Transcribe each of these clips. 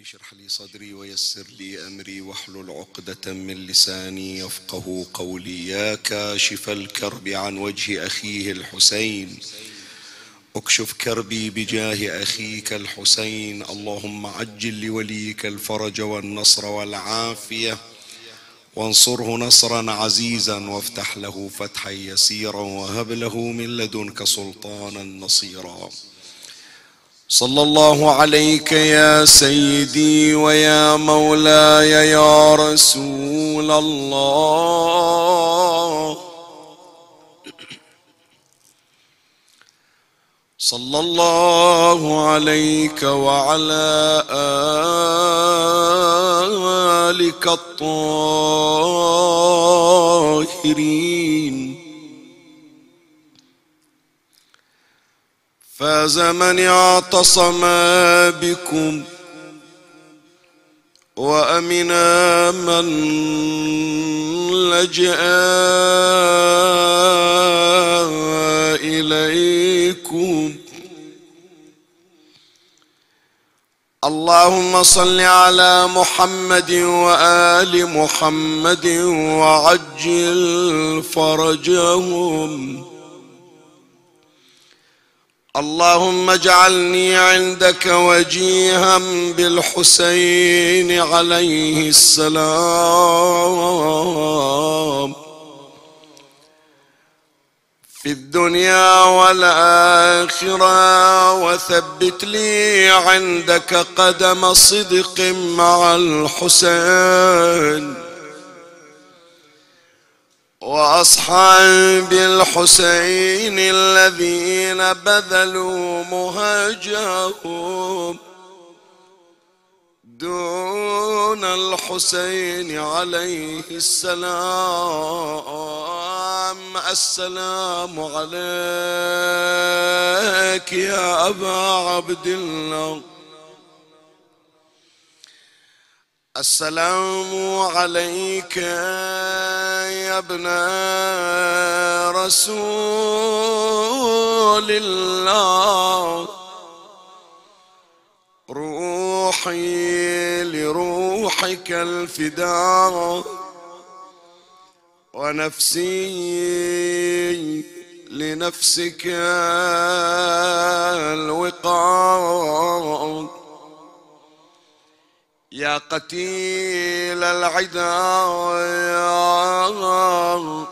اشرح لي صدري ويسر لي أمري واحلل عقدة من لساني يفقه قولي. يا كاشف الكرب عن وجه أخيه الحسين اكشف كربي بجاه أخيك الحسين. اللهم عجل لوليك الفرج والنصر والعافية وانصره نصرا عزيزا وافتح له فتحا يسيرا وهب له من لدنك سلطانا نصيرا. صلى الله عليك يا سيدي ويا مولاي يا رسول الله. صلى الله عليك وعلى آلك الطاهرين. فاز من اعتصم بكم وأمنا من لجأ إليكم. اللهم صل على محمد وآل محمد وعجل فرجهم. اللهم اجعلني عندك وجيها بالحسين عليه السلام في الدنيا والآخرة، وثبت لي عندك قدم صدق مع الحسين وأصحاب الحسين الذين بذلوا مهجهم دون الحسين عليه السلام. السلام عليك يا أبا عبد الله. السلام عليك يا ابن رسول الله. روحي لروحك الفداء ونفسي لنفسك الوقار. يا قتيل العدا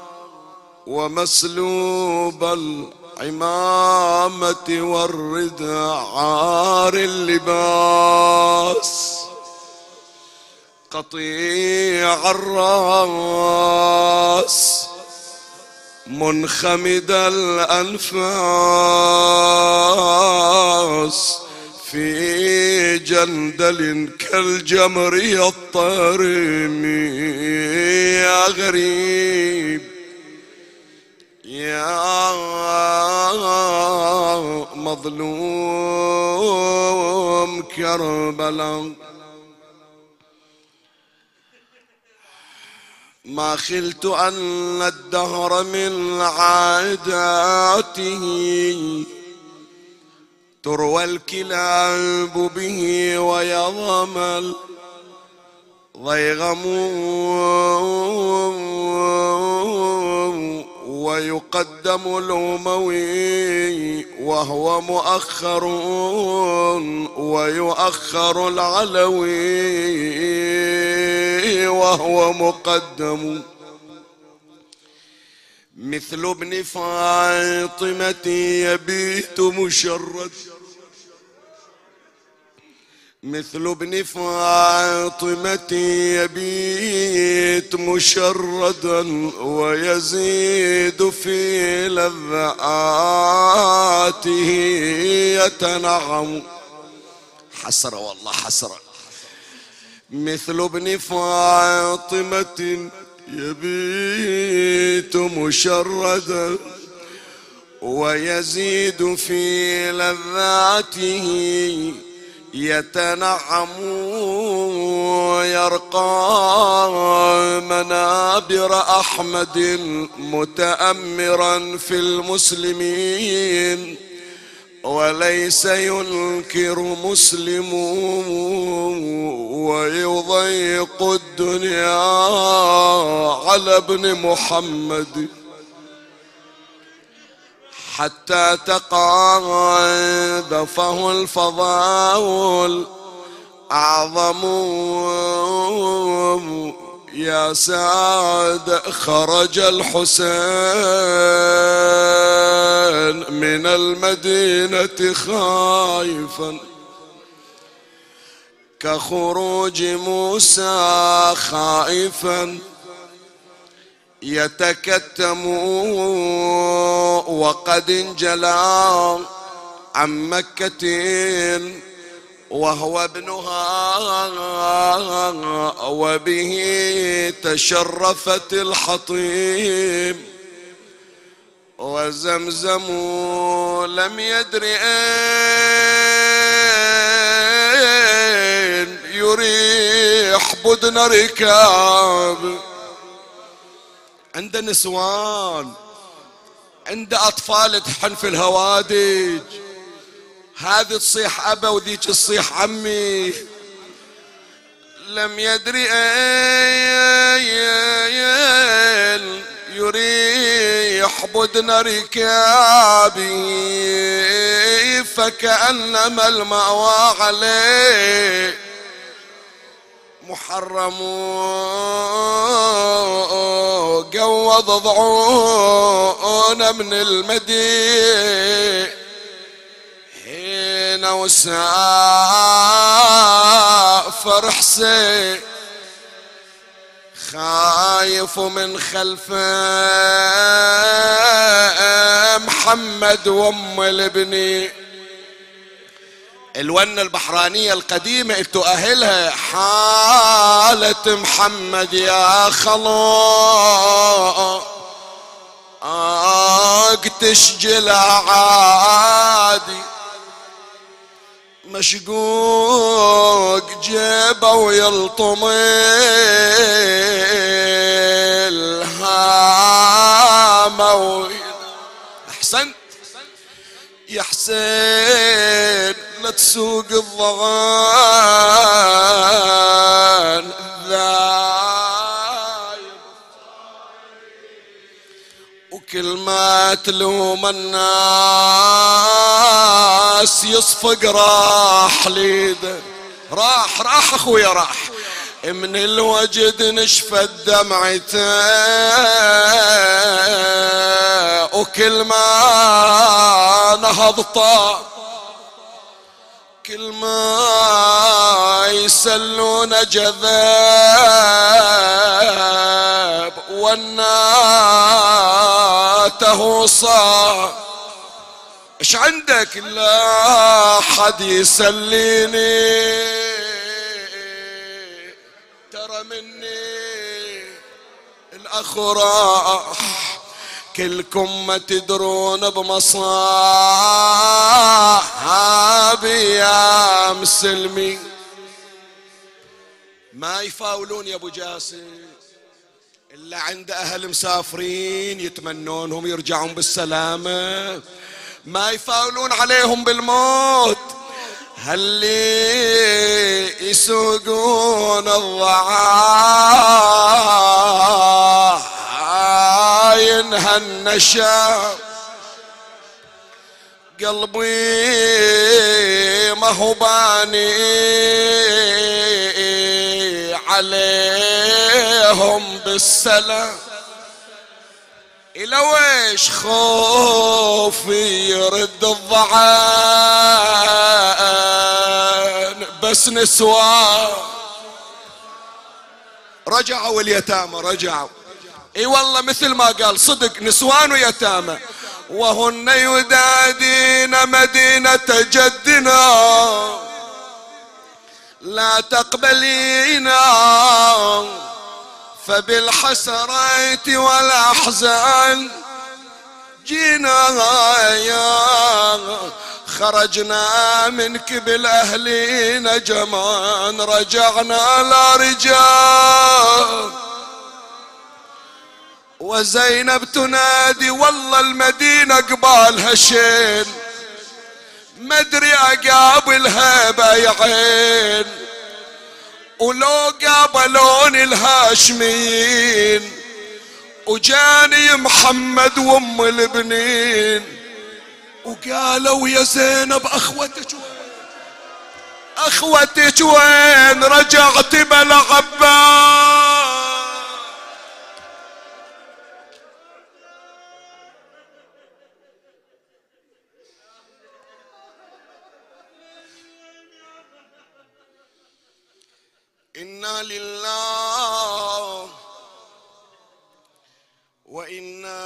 ومسلوب العمامة والردى عار اللباس قطيع الراس منخمد الأنفاس في جندل كالجمر الطارم. يا غريب يا مظلوم كربلاء، ما خلت أن الدهر من عاداته تروى الكلاب به ويضمل ضيغم ويقدم الأموي وهو مؤخر ويؤخر العلوي وهو مقدم. مثل ابن فاطمة يبيت مشرد، مثل ابن فاطمة يبيت مشردا ويزيد في لذاته يتنعم. حسرة والله حسرة. مثل ابن فاطمة يبيت مشردا ويزيد في لذاته يتنعم ويرقى منابر أحمد متأمرا في المسلمين وليس ينكر مسلم ويضيق الدنيا على ابن محمد حتى تقاذفه الفضاول أعظم. يا ساد خرج الحسين من المدينة خائفا كخروج موسى خائفا يتكتم وقد انجلى عن مكة وهو ابنها وبه تشرفت الحطيم وزمزم لم يدر أين يريح بدن ركاب. عند نسوان، عند أطفال تحن في الهوادج، هذه تصيح أبا وذيك تصيح عمي. لم يدري أين يريح بدن ركابي فكأنما المأوى عليه محرم. قوض ضعون من المدينة حين وسافر حسين خايف من خلفه محمد وام الابن. الونة البحرانية القديمة انتو اهلها حالة محمد يا خلو تشجل عادي مشقوق جيبه ويلطم الهامة. احسنت يا حسين لا تسوق الضغان ذايب وكل ما تلوم الناس يصفق راح ليده. راح اخويا راح من الوجد نشفت دمعته وكل ما نهض طاق كل ما يسلون جذاب وناته صار. ايش عندك؟ لا حد يسليني ترى مني الاخ راح كلكم ما تدرون بمصابي يا مسلمين. ما يفاولون يا ابو جاسم الا عند اهل مسافرين يتمنونهم يرجعون بالسلامه، ما يفاولون عليهم بالموت. هاللي يسوقون الضعاين هالنشا قلبي ما هو باني عليهم بالسلام. إلى ويش خوفي يرد الضعان بس نسوان رجعوا اليتامى رجعوا. اي والله مثل ما قال صدق نسوان ويتامى وهن يدادين مدينة جدنا لا تقبلينا فبالحسرات والأحزان جينا يا خرجنا منك بالأهلين جمان رجعنا لا رجال. وزينب تنادي والله المدينة قبالها شين مدري أقابلها بعين ولو قابلون الهاشمين وجاني محمد وام البنين وقالوا يا زينب اخوتك وين رجعت بلا عباس. إنا لله وإنا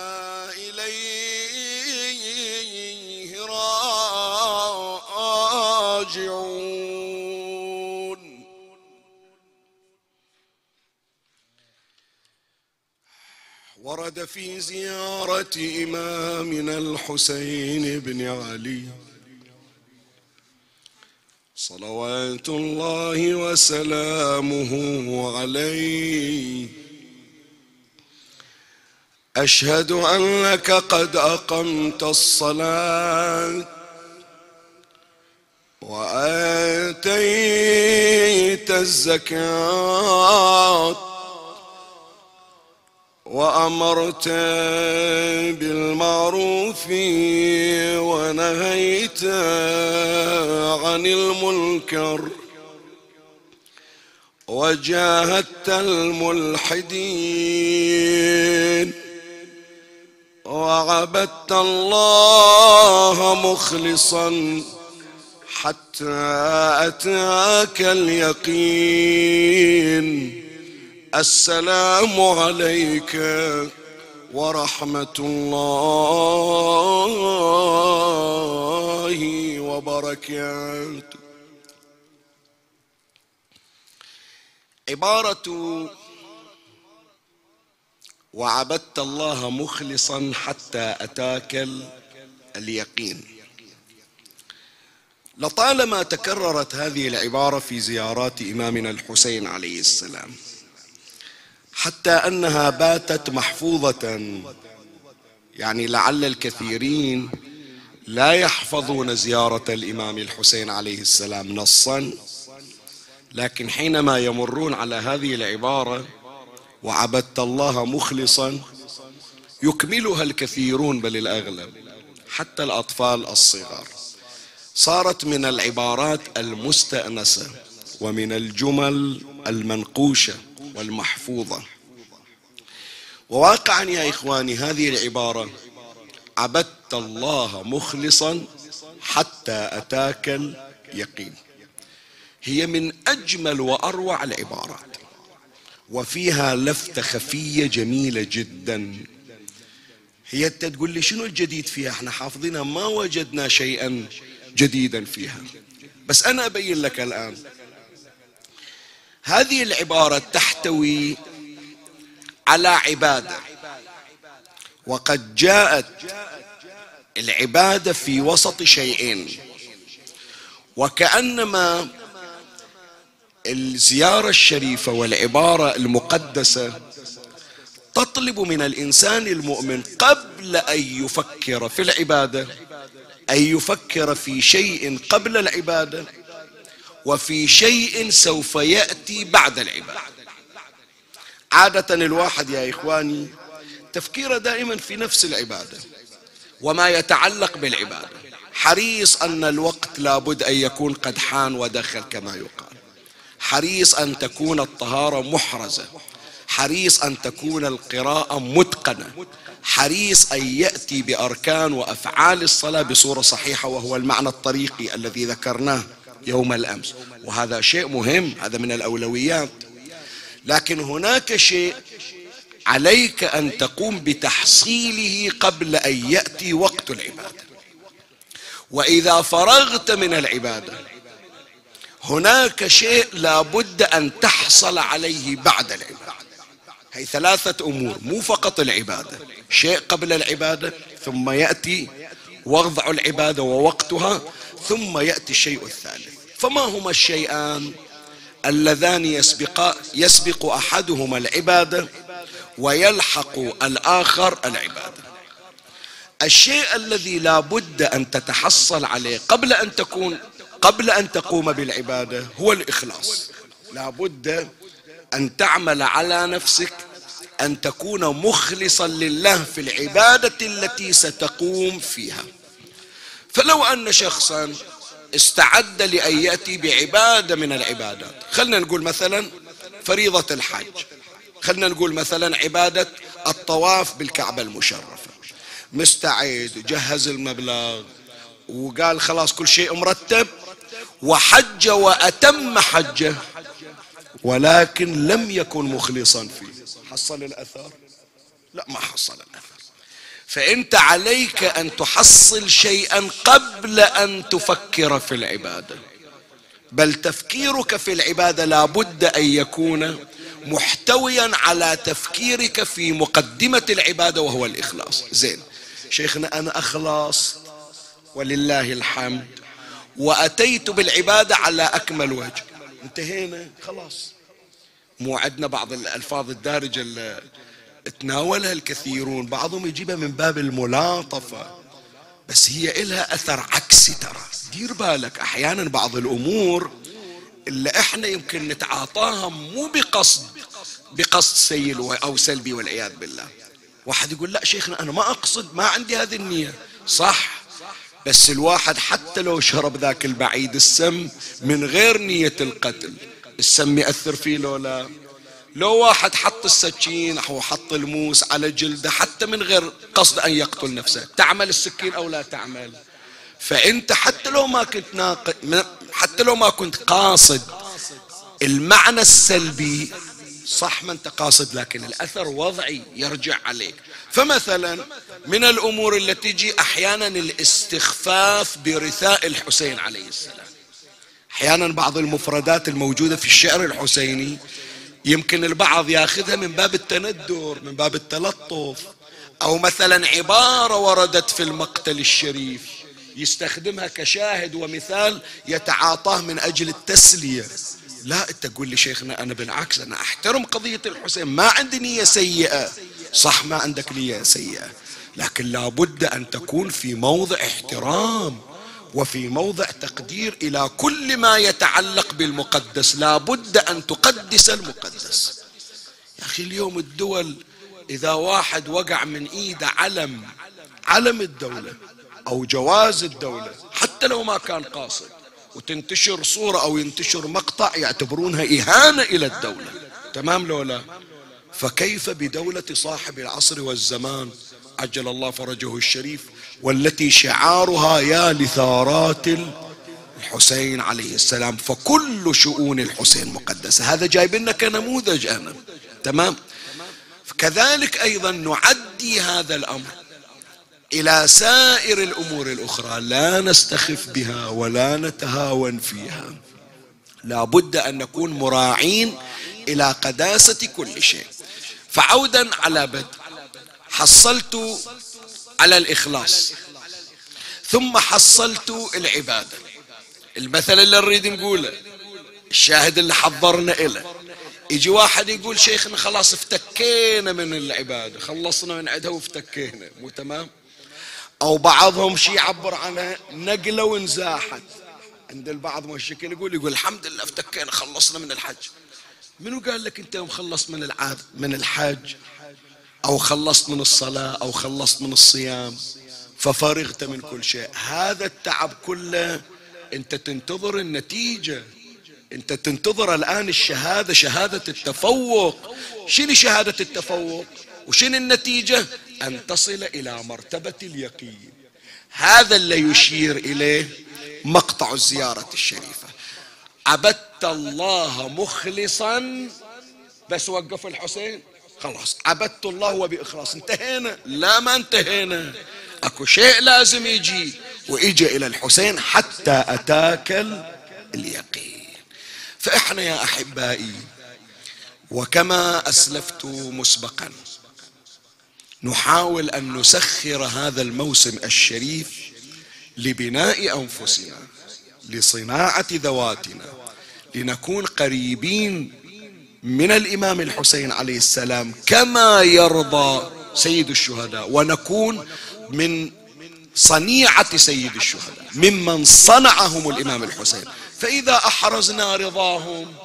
إليه راجعون. ورد في زيارة إمامنا الحسين بن علي صلوات الله وسلامه عليه: أشهد أنك قد أقمت الصلاة وآتيت الزكاة وأمرت بالمعروف ونهيت عن المنكر وجاهدت الملحدين وعبدت الله مخلصا حتى أتاك اليقين. السلام عليك ورحمة الله وبركاته. عبارة وعبدت الله مخلصا حتى أتاك اليقين، لطالما تكررت هذه العبارة في زيارات إمامنا الحسين عليه السلام، حتى أنها باتت محفوظة. يعني لعل الكثيرين لا يحفظون زيارة الإمام الحسين عليه السلام نصا، لكن حينما يمرون على هذه العبارة وعبدت الله مخلصا يكملها الكثيرون بل الأغلب حتى الأطفال الصغار. صارت من العبارات المستأنسة ومن الجمل المنقوشة والمحفوظة. وواقعا يا إخواني هذه العبارة عبدت الله مخلصا حتى أتاك اليقين هي من أجمل وأروع العبارات، وفيها لفتة خفية جميلة جدا. هي تقول لي شنو الجديد فيها؟ احنا حافظينها، ما وجدنا شيئا جديدا فيها، بس أنا أبين لك الآن. هذه العبارة تحتوي على عبادة، وقد جاءت العبادة في وسط شيئين، وكأنما الزيارة الشريفة والعبارة المقدسة تطلب من الإنسان المؤمن قبل أن يفكر في العبادة أن يفكر في شيء قبل العبادة وفي شيء سوف يأتي بعد العبادة. عادة الواحد يا إخواني تفكيره دائما في نفس العبادة وما يتعلق بالعبادة، حريص أن الوقت لابد أن يكون قد حان ودخل كما يقال، حريص أن تكون الطهارة محرزة، حريص أن تكون القراءة متقنة، حريص أن يأتي بأركان وأفعال الصلاة بصورة صحيحة، وهو المعنى الطريقي الذي ذكرناه يوم الأمس، وهذا شيء مهم، هذا من الأولويات. لكن هناك شيء عليك أن تقوم بتحصيله قبل أن يأتي وقت العبادة، وإذا فرغت من العبادة هناك شيء لا بد أن تحصل عليه بعد العبادة. هي ثلاثة أمور، مو فقط العبادة، شيء قبل العبادة ثم يأتي وضع العبادة ووقتها ثم يأتي الشيء الثالث. فما هما الشيئان اللذان يسبق أحدهما العبادة ويلحق الآخر العبادة؟ الشيء الذي لا بد أن تتحصل عليه قبل أن تقوم بالعبادة هو الإخلاص. لابد أن تعمل على نفسك أن تكون مخلصا لله في العبادة التي ستقوم فيها. فلو أن شخصا استعد لأن يأتي بعبادة من العبادات، خلنا نقول مثلا فريضة الحج، خلنا نقول مثلا عبادة الطواف بالكعبة المشرفة، مستعد جهز المبلغ وقال خلاص كل شيء مرتب وحج وأتم حجه، ولكن لم يكن مخلصا فيه، حصل الأثر؟ لا، ما حصل الأثر. فأنت عليك أن تحصل شيئا قبل أن تفكر في العبادة، بل تفكيرك في العبادة لابد أن يكون محتويا على تفكيرك في مقدمة العبادة وهو الإخلاص. زين شيخنا، أنا أخلص ولله الحمد وأتيت بالعبادة على أكمل وجه، انتهينا خلاص. مو عندنا بعض الألفاظ الدارجة اللي تناولها الكثيرون، بعضهم يجيبها من باب الملاطفة، بس هي إلها أثر عكسي. ترى دير بالك، أحيانا بعض الأمور اللي إحنا يمكن نتعاطاها مو بقصد سيء أو سلبي والعياذ بالله. واحد يقول لا شيخنا أنا ما أقصد، ما عندي هذه النية، صح، بس الواحد حتى لو شرب ذاك البعيد السم من غير نية القتل، السم يأثر فيه لو لا؟ لو واحد حط السكين أو حط الموس على جلده حتى من غير قصد أن يقتل نفسه، تعمل السكين أو لا تعمل؟ فأنت حتى لو ما كنت قاصد المعنى السلبي، صح ما أنت قاصد، لكن الأثر وضعي يرجع عليك. فمثلا من الأمور التي تجي أحيانا الاستخفاف برثاء الحسين عليه السلام. أحيانا بعض المفردات الموجودة في الشعر الحسيني يمكن البعض ياخذها من باب التندر، من باب التلطف، أو مثلا عبارة وردت في المقتل الشريف يستخدمها كشاهد ومثال يتعاطاه من أجل التسلية. لا، أنت تقول لي شيخنا أنا بالعكس، أنا أحترم قضية الحسين، ما عندي نية سيئة، صح ما عندك نية سيئة، لكن لابد أن تكون في موضع احترام وفي موضع تقدير إلى كل ما يتعلق بالمقدس، لابد أن تقدس المقدس. يا أخي اليوم الدول إذا واحد وقع من إيده علم الدولة أو جواز الدولة حتى لو ما كان قاصد، وتنتشر صورة أو ينتشر مقطع، يعتبرونها إهانة إلى الدولة، تمام لو لا؟ فكيف بدولة صاحب العصر والزمان عجل الله فرجه الشريف، والتي شعارها يا لثارات الحسين عليه السلام، فكل شؤون الحسين مقدسة. هذا جايب لنا كنموذج أنا، تمام. كذلك أيضا نعدي هذا الأمر إلى سائر الأمور الأخرى، لا نستخف بها ولا نتهاون فيها، لابد أن نكون مراعين إلى قداسة كل شيء. فعودا على بدء، حصلت على الإخلاص، ثم حصلت العبادة. المثل اللي نريد نقوله، الشاهد اللي حضرنا إله، يجي واحد يقول شيخنا خلاص افتكينا من العبادة، خلصنا من عدها وافتكينا، مو تمام؟ أو بعضهم شي يعبر عنها نقلة وانزاحت. عند البعض مشكل يقول الحمد لله افتكينا خلصنا من الحج. منو قال لك انت يوم خلصت من الحج أو خلصت من الصلاة أو خلصت من الصيام ففرغت من كل شيء؟ هذا التعب كله أنت تنتظر النتيجة، أنت تنتظر الآن الشهادة، شهادة التفوق. شنو شهادة التفوق وشنو النتيجة؟ أن تصل إلى مرتبة اليقين. هذا اللي يشير إليه مقطع الزيارة الشريفة. عبدت الله مخلصا، بس وقف الحسين خلاص عبدت الله وبإخلاص، انتهينا؟ لا، ما انتهينا، اكو شيء لازم يجي، وإجى إلى الحسين حتى أتاك اليقين. فإحنا يا أحبائي، وكما أسلفت مسبقا، نحاول أن نسخر هذا الموسم الشريف لبناء أنفسنا، لصناعة ذواتنا، لنكون قريبين من الإمام الحسين عليه السلام كما يرضى سيد الشهداء، ونكون من صنيعة سيد الشهداء، ممن صنعهم الإمام الحسين. فإذا أحرزنا رضاهم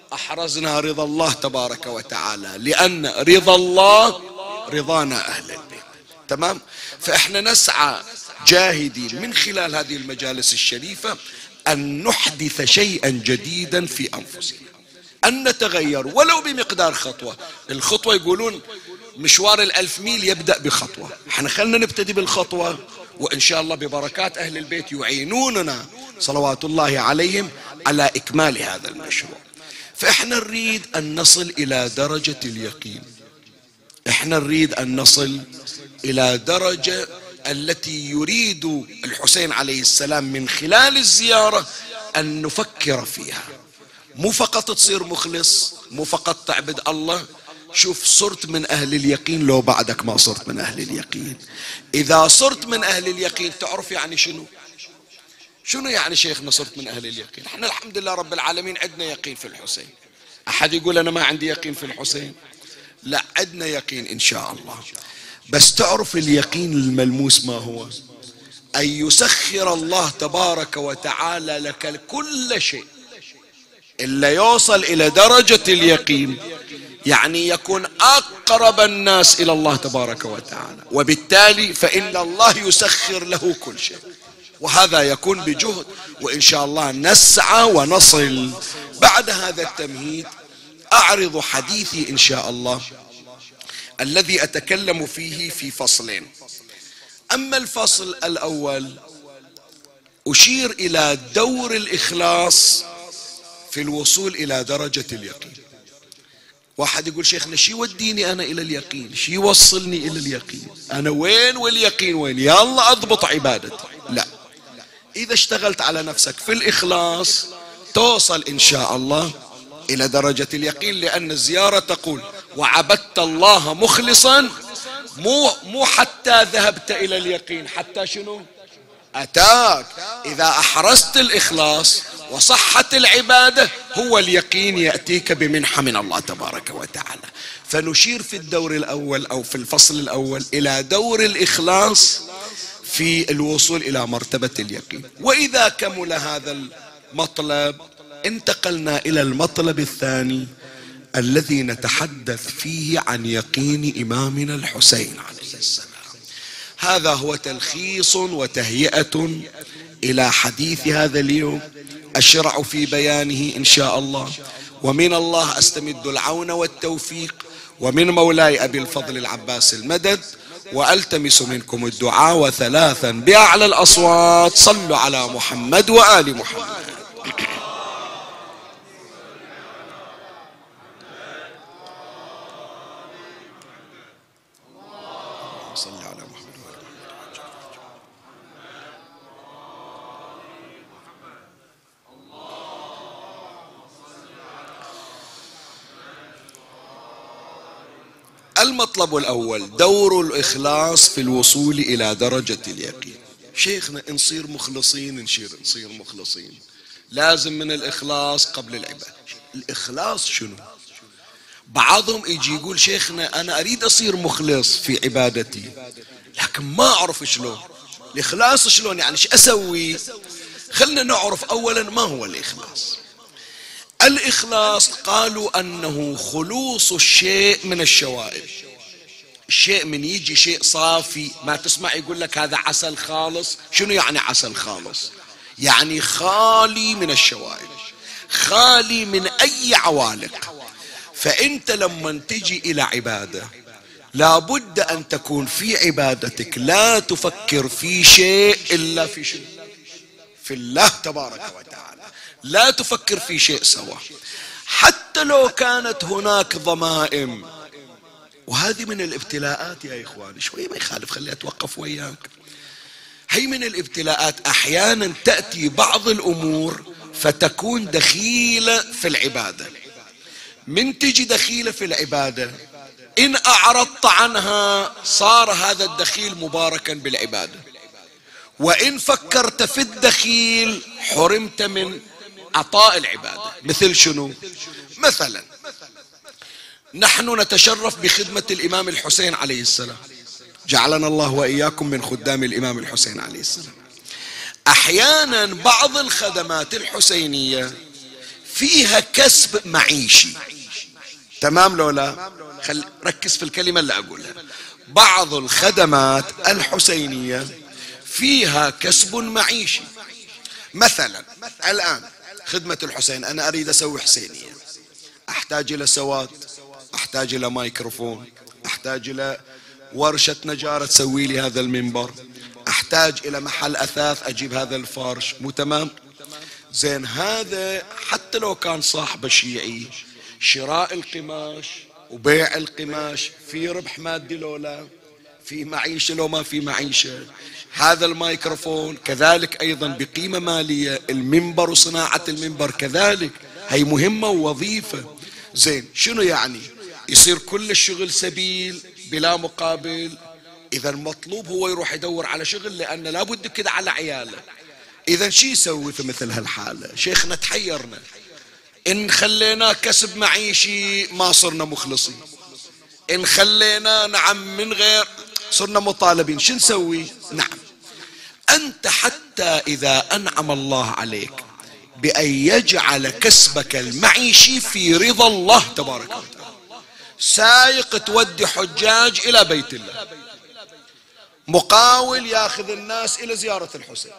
أحرزنا رضا الله تبارك وتعالى، لأن رضا الله رضانا أهل البيت. تمام. فإحنا نسعى جاهدين من خلال هذه المجالس الشريفة أن نحدث شيئا جديدا في أنفسنا، أن نتغير ولو بمقدار خطوة. الخطوة يقولون مشوار 1000 ميل يبدأ بخطوة، احنا خلنا نبتدي بالخطوة، وإن شاء الله ببركات أهل البيت يعينوننا صلوات الله عليهم على إكمال هذا المشروع. فإحنا نريد أن نصل إلى درجة اليقين، إحنا نريد أن نصل إلى درجة التي يريد الحسين عليه السلام من خلال الزيارة أن نفكر فيها. مو فقط تصير مخلص، مو فقط تعبد الله. شوف، صرت من أهل اليقين لو بعدك ما صرت من أهل اليقين. إذا صرت من أهل اليقين تعرف يعني شنو؟ شنو يعني شيخنا صرت من أهل اليقين؟ احنا الحمد لله رب العالمين عندنا يقين في الحسين. أحد يقول أنا ما عندي يقين في الحسين؟ لا، عندنا يقين إن شاء الله. بس تعرف اليقين الملموس ما هو؟ أن يسخر الله تبارك وتعالى لك كل شيء. إلا يوصل إلى درجة اليقين يعني يكون أقرب الناس إلى الله تبارك وتعالى، وبالتالي فإن الله يسخر له كل شيء، وهذا يكون بجهد، وإن شاء الله نسعى ونصل. بعد هذا التمهيد أعرض حديثي إن شاء الله الذي أتكلم فيه في فصلين. أما الفصل الأول أشير إلى دور الإخلاص في الوصول إلى درجة اليقين. واحد يقول شيخنا شي يوديني أنا إلى اليقين، شي يوصلني إلى اليقين، أنا وين واليقين وين، يلا أضبط عبادتي. لا، إذا اشتغلت على نفسك في الإخلاص توصل إن شاء الله إلى درجة اليقين، لأن الزيارة تقول وعبدت الله مخلصا، مو حتى ذهبت إلى اليقين، حتى شنو؟ أتاك. إذا أحرزت الإخلاص وصحت العبادة هو اليقين يأتيك بمنحة من الله تبارك وتعالى. فنشير في الدور الأول أو في الفصل الأول إلى دور الإخلاص في الوصول إلى مرتبة اليقين. وإذا كمل هذا المطلب انتقلنا إلى المطلب الثاني الذي نتحدث فيه عن يقين إمامنا الحسين عليه السلام. هذا هو تلخيص وتهيئة إلى حديث هذا اليوم، أشرع في بيانه إن شاء الله، ومن الله أستمد العون والتوفيق، ومن مولاي أبي الفضل العباس المدد، وألتمس منكم الدعاء. وثلاثا بأعلى الأصوات صلوا على محمد وآل محمد. صل على محمد وآل محمد. المطلب الأول دور الإخلاص في الوصول إلى درجة اليقين. شيخنا نصير مخلصين، نصير مخلصين، لازم من الإخلاص قبل العبادة. الإخلاص شنو؟ بعضهم يجي يقول شيخنا أنا أريد أصير مخلص في عبادتي لكن ما أعرف شلون. الإخلاص شلون يعني؟ شو أسوي؟ خلنا نعرف أولا ما هو الإخلاص. الإخلاص قالوا أنه خلوص الشيء من الشوائب. الشيء من يجي شيء صافي، ما تسمع يقول لك هذا عسل خالص. شنو يعني عسل خالص؟ يعني خالي من الشوائب، خالي من أي عوالق. فأنت لما تجي إلى عبادة لابد أن تكون في عبادتك لا تفكر في شيء إلا في شيء، في الله تبارك وتعالى، لا تفكر في شيء سوى، حتى لو كانت هناك ضمائم. وهذه من الابتلاءات يا إخواني، شوي ما يخالف خلي أتوقف وياك. هي من الابتلاءات، أحيانا تأتي بعض الأمور فتكون دخيلة في العبادة. من تجي دخيلة في العبادة إن أعرضت عنها صار هذا الدخيل مباركا بالعبادة، وإن فكرت في الدخيل حرمت من عطاء العبادة. مثل شنو؟ مثلا نحن نتشرف بخدمة الإمام الحسين عليه السلام، جعلنا الله وإياكم من خدام الإمام الحسين عليه السلام. أحيانا بعض الخدمات الحسينية فيها كسب معيشي. تمام لو لا؟ ركز في الكلمة اللي أقولها. بعض الخدمات الحسينية فيها كسب معيشي. مثلا الآن خدمة الحسين، أنا أريد أسوي حسينية، أحتاج إلى سواد، أحتاج إلى مايكروفون، أحتاج إلى ورشة نجارة تسوي لي هذا المنبر، أحتاج إلى محل أثاث أجيب هذا الفرش. مو تمام؟ زين، هذا حتى لو كان صاحب شيعي، شراء القماش وبيع القماش في ربح مادي لو لا؟ في معيشة لو ما في معيشة؟ هذا الميكروفون كذلك أيضا بقيمة مالية، المنبر وصناعة المنبر كذلك، هي مهمة ووظيفة. زين، شنو يعني؟ يصير كل الشغل سبيل بلا مقابل؟ إذا المطلوب هو يروح يدور على شغل، لأن لابد كده على عياله. إذا شي يسوي في مثل هالحالة؟ شيخنا تحيرنا، إن خلينا كسب معيشي ما صرنا مخلصين، إن خلينا نعم من غير صرنا مطالبين، شو نسوي؟ نعم، أنت حتى إذا أنعم الله عليك بأن يجعل كسبك المعيشي في رضا الله تبارك وتعالى، سايق تودي حجاج إلى بيت الله، مقاول ياخذ الناس إلى زيارة الحسين،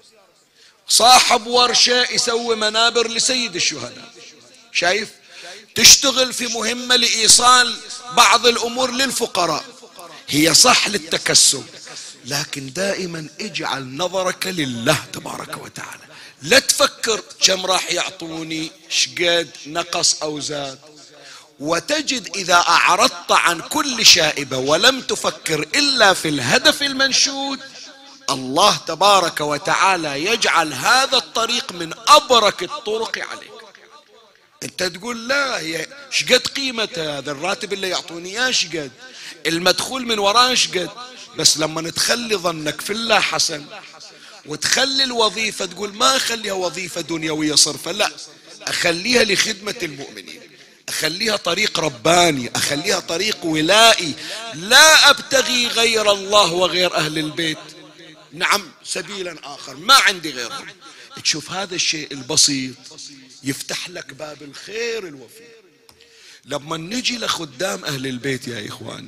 صاحب ورشة يسوي منابر لسيد الشهداء، شايف؟ تشتغل في مهمة لإيصال بعض الأمور للفقراء، هي صح للتكسب، لكن دائما اجعل نظرك لله تبارك وتعالى. لا تفكر كم راح يعطوني، شقد نقص أو زاد. وتجد إذا أعرضت عن كل شائبة ولم تفكر إلا في الهدف المنشود، الله تبارك وتعالى يجعل هذا الطريق من أبرك الطرق عليك. انت تقول لا، هي شقد قيمة هذا الراتب اللي يعطوني، يا شقد المدخول من وراه شقد، بس لما تخلي ظنك في الله حسن وتخلي الوظيفة، تقول ما أخليها وظيفة دنيوية صرفة، لا، أخليها لخدمة المؤمنين، أخليها طريق رباني، أخليها طريق ولائي، لا أبتغي غير الله وغير أهل البيت، نعم سبيلا آخر ما عندي غيرهم. تشوف هذا الشيء البسيط يفتح لك باب الخير الوفي. لما نجي لخدام أهل البيت يا إخواني،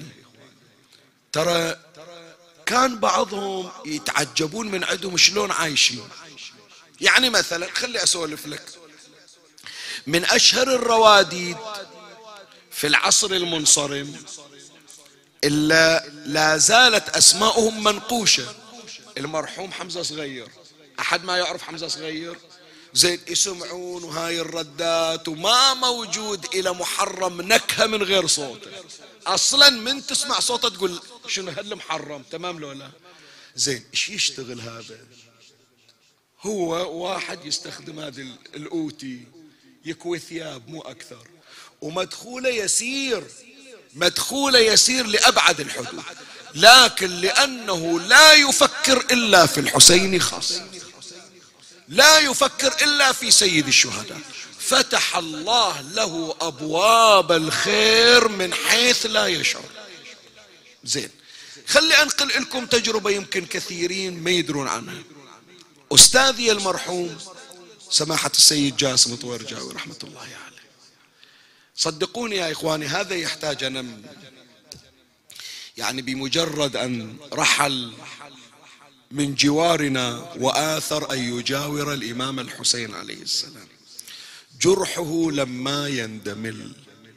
ترى كان بعضهم يتعجبون من عندهم شلون عايشين. يعني مثلا خلي أسولف لك، من أشهر الرواديد في العصر المنصرم إلا لا زالت أسماؤهم منقوشة، المرحوم حمزة صغير، أحد ما يعرف حمزة صغير؟ زين، يسمعون وهاي الردات، وما موجود إلى محرم نكهة من غير صوته، أصلا من تسمع صوته تقول شنو هالمحرم، تمام لو لا؟ زين، إيش يشتغل هذا؟ هو واحد يستخدم هذا الأوتي، يكوي ثياب مو أكثر، ومدخوله يسير، مدخوله يسير لأبعد الحدود، لكن لأنه لا يفكر إلا في الحسين خاصة، لا يفكر إلا في سيد الشهداء، فتح الله له أبواب الخير من حيث لا يشعر. زين، خلي أنقل لكم تجربة يمكن كثيرين ما يدرون عنها. أستاذي المرحوم سماحة السيد جاسم طويرجاوي رحمة الله عليه، صدقوني يا إخواني، هذا يحتاج، أنا يعني بمجرد أن رحل من جوارنا وآثر أن يجاور الإمام الحسين عليه السلام، جرحه لما يندمل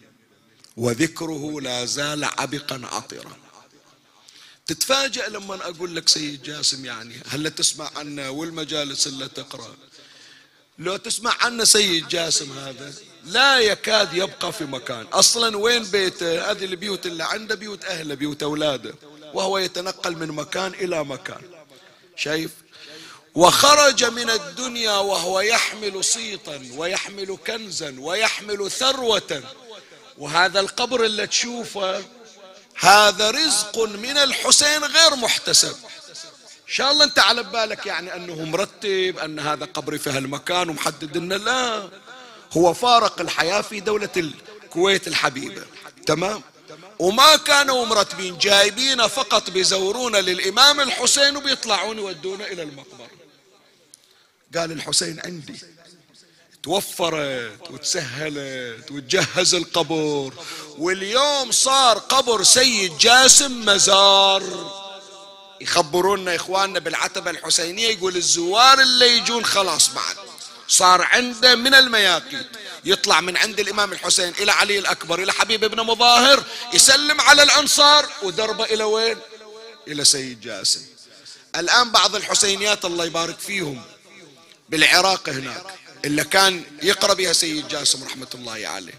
وذكره لا زال عبقا عطرا. تتفاجأ لما أقول لك سيد جاسم، يعني هل تسمع عنه والمجالس اللي تقرأ، لو تسمع عنه سيد جاسم هذا لا يكاد يبقى في مكان، أصلا وين بيته؟ هذه البيوت اللي عنده بيوت أهله، بيوت أولاده، وهو يتنقل من مكان إلى مكان، شايف؟ وخرج من الدنيا وهو يحمل صيتا ويحمل كنزا ويحمل ثروة، وهذا القبر اللي تشوفه هذا رزق من الحسين غير محتسب. إن شاء الله أنت على بالك يعني أنه مرتب، أن هذا قبري في هالمكان ومحدد لنا، لا، هو فارق الحياة في دولة الكويت الحبيبة، تمام، وما كانوا مرتبين، جايبين فقط بيزورون للإمام الحسين وبيطلعون يودون إلى المقبرة. قال الحسين عندي، توفرت وتسهلت وتجهز القبر، واليوم صار قبر سيد جاسم مزار. يخبرونا إخواننا بالعتبة الحسينية، يقول الزوار اللي يجون خلاص بعد صار عنده من المياقيت، يطلع من عند الإمام الحسين إلى علي الأكبر إلى حبيب بن مظاهر، يسلم على الأنصار ودربه إلى وين؟ إلى سيد جاسم. الآن بعض الحسينيات الله يبارك فيهم بالعراق هناك اللي كان يقرأ بها سيد جاسم رحمة الله عليه،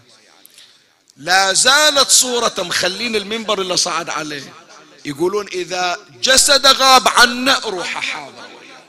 لا زالت صورته مخلين المنبر اللي صعد عليه، يقولون إذا جسد غاب عنا روح حاضر.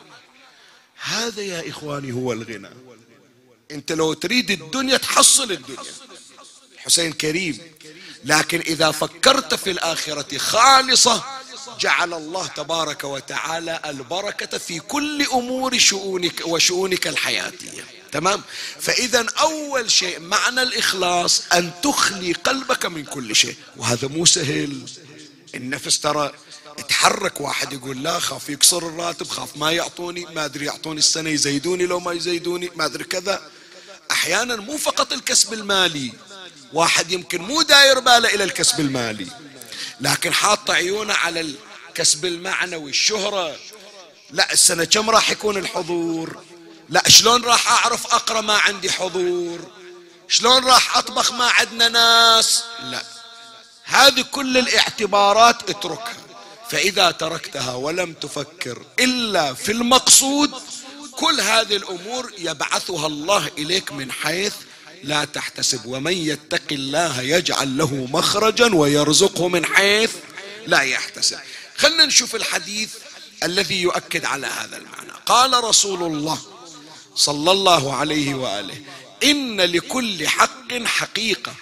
هذا يا إخواني هو الغنى. أنت لو تريد الدنيا تحصل الدنيا، الحسين كريم، لكن إذا فكرت في الآخرة خالصة جعل الله تبارك وتعالى البركة في كل أمور شؤونك وشؤونك الحياتية. تمام؟ فإذا أول شيء معنى الإخلاص أن تخلي قلبك من كل شيء، وهذا مو سهل. النفس ترى تحرك، واحد يقول لا خاف يكسر الراتب، خاف ما يعطوني، ما أدري يعطوني السنة يزيدوني لو ما يزيدوني، ما أدري كذا. أحيانا مو فقط الكسب المالي، واحد يمكن مو داير باله إلى الكسب المالي، لكن حاط عيونه على الكسب المعنوي، الشهرة. لا السنة كم راح يكون الحضور؟ لا شلون راح أعرف أقرأ ما عندي حضور؟ شلون راح أطبخ ما عندنا ناس؟ لا، هذه كل الاعتبارات اتركها. فإذا تركتها ولم تفكر إلا في المقصود، كل هذه الأمور يبعثها الله إليك من حيث لا تحتسب. ومن يتق الله يجعل له مخرجا ويرزقه من حيث لا يحتسب. خلنا نشوف الحديث الذي يؤكد على هذا المعنى. قال رسول الله صلى الله عليه وآله: إن لكل حق حقيقة،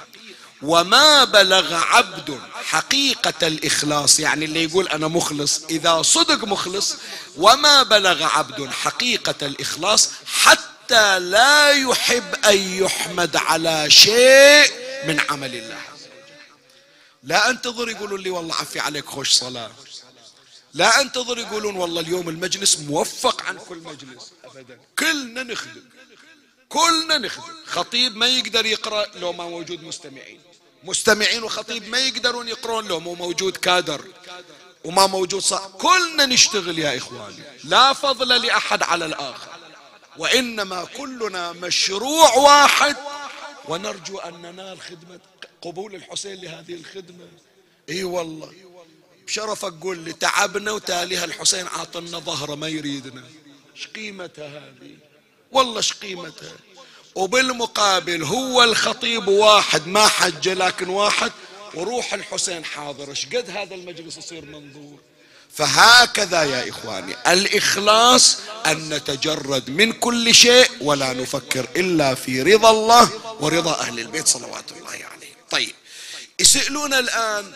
وما بلغ عبد حقيقة الإخلاص، يعني اللي يقول أنا مخلص إذا صدق مخلص، وما بلغ عبد حقيقة الإخلاص حتى لا يحب أن يحمد على شيء من عمل الله عز وجل. لا أنتظر يقولون لي والله عفي عليك خوش صلاة، لا أنتظر يقولون والله اليوم المجلس موفق عن كل مجلس، أبدا. كلنا نخدم، كلنا نخدم. خطيب ما يقدر يقرأ لو ما موجود مستمعين وخطيب ما يقدرون يقرون لو مو موجود كادر وما موجود صاحب. كلنا نشتغل يا إخواني، لا فضل لأحد على الآخر، وإنما كلنا مشروع واحد، ونرجو أن ننال خدمة قبول الحسين لهذه الخدمة. إي والله بشرفك قول لي تعبنا وتاليها الحسين عاطلنا ظهره ما يريدنا، ايش قيمتها هذه؟ والله ايش قيمتها؟ وبالمقابل هو الخطيب واحد ما حج لكن واحد، وروح الحسين حاضر، ايش قد هذا المجلس يصير منظور. فهكذا يا إخواني الإخلاص أن نتجرد من كل شيء ولا نفكر إلا في رضا الله ورضا أهل البيت صلوات الله عليه. طيب يسألون الآن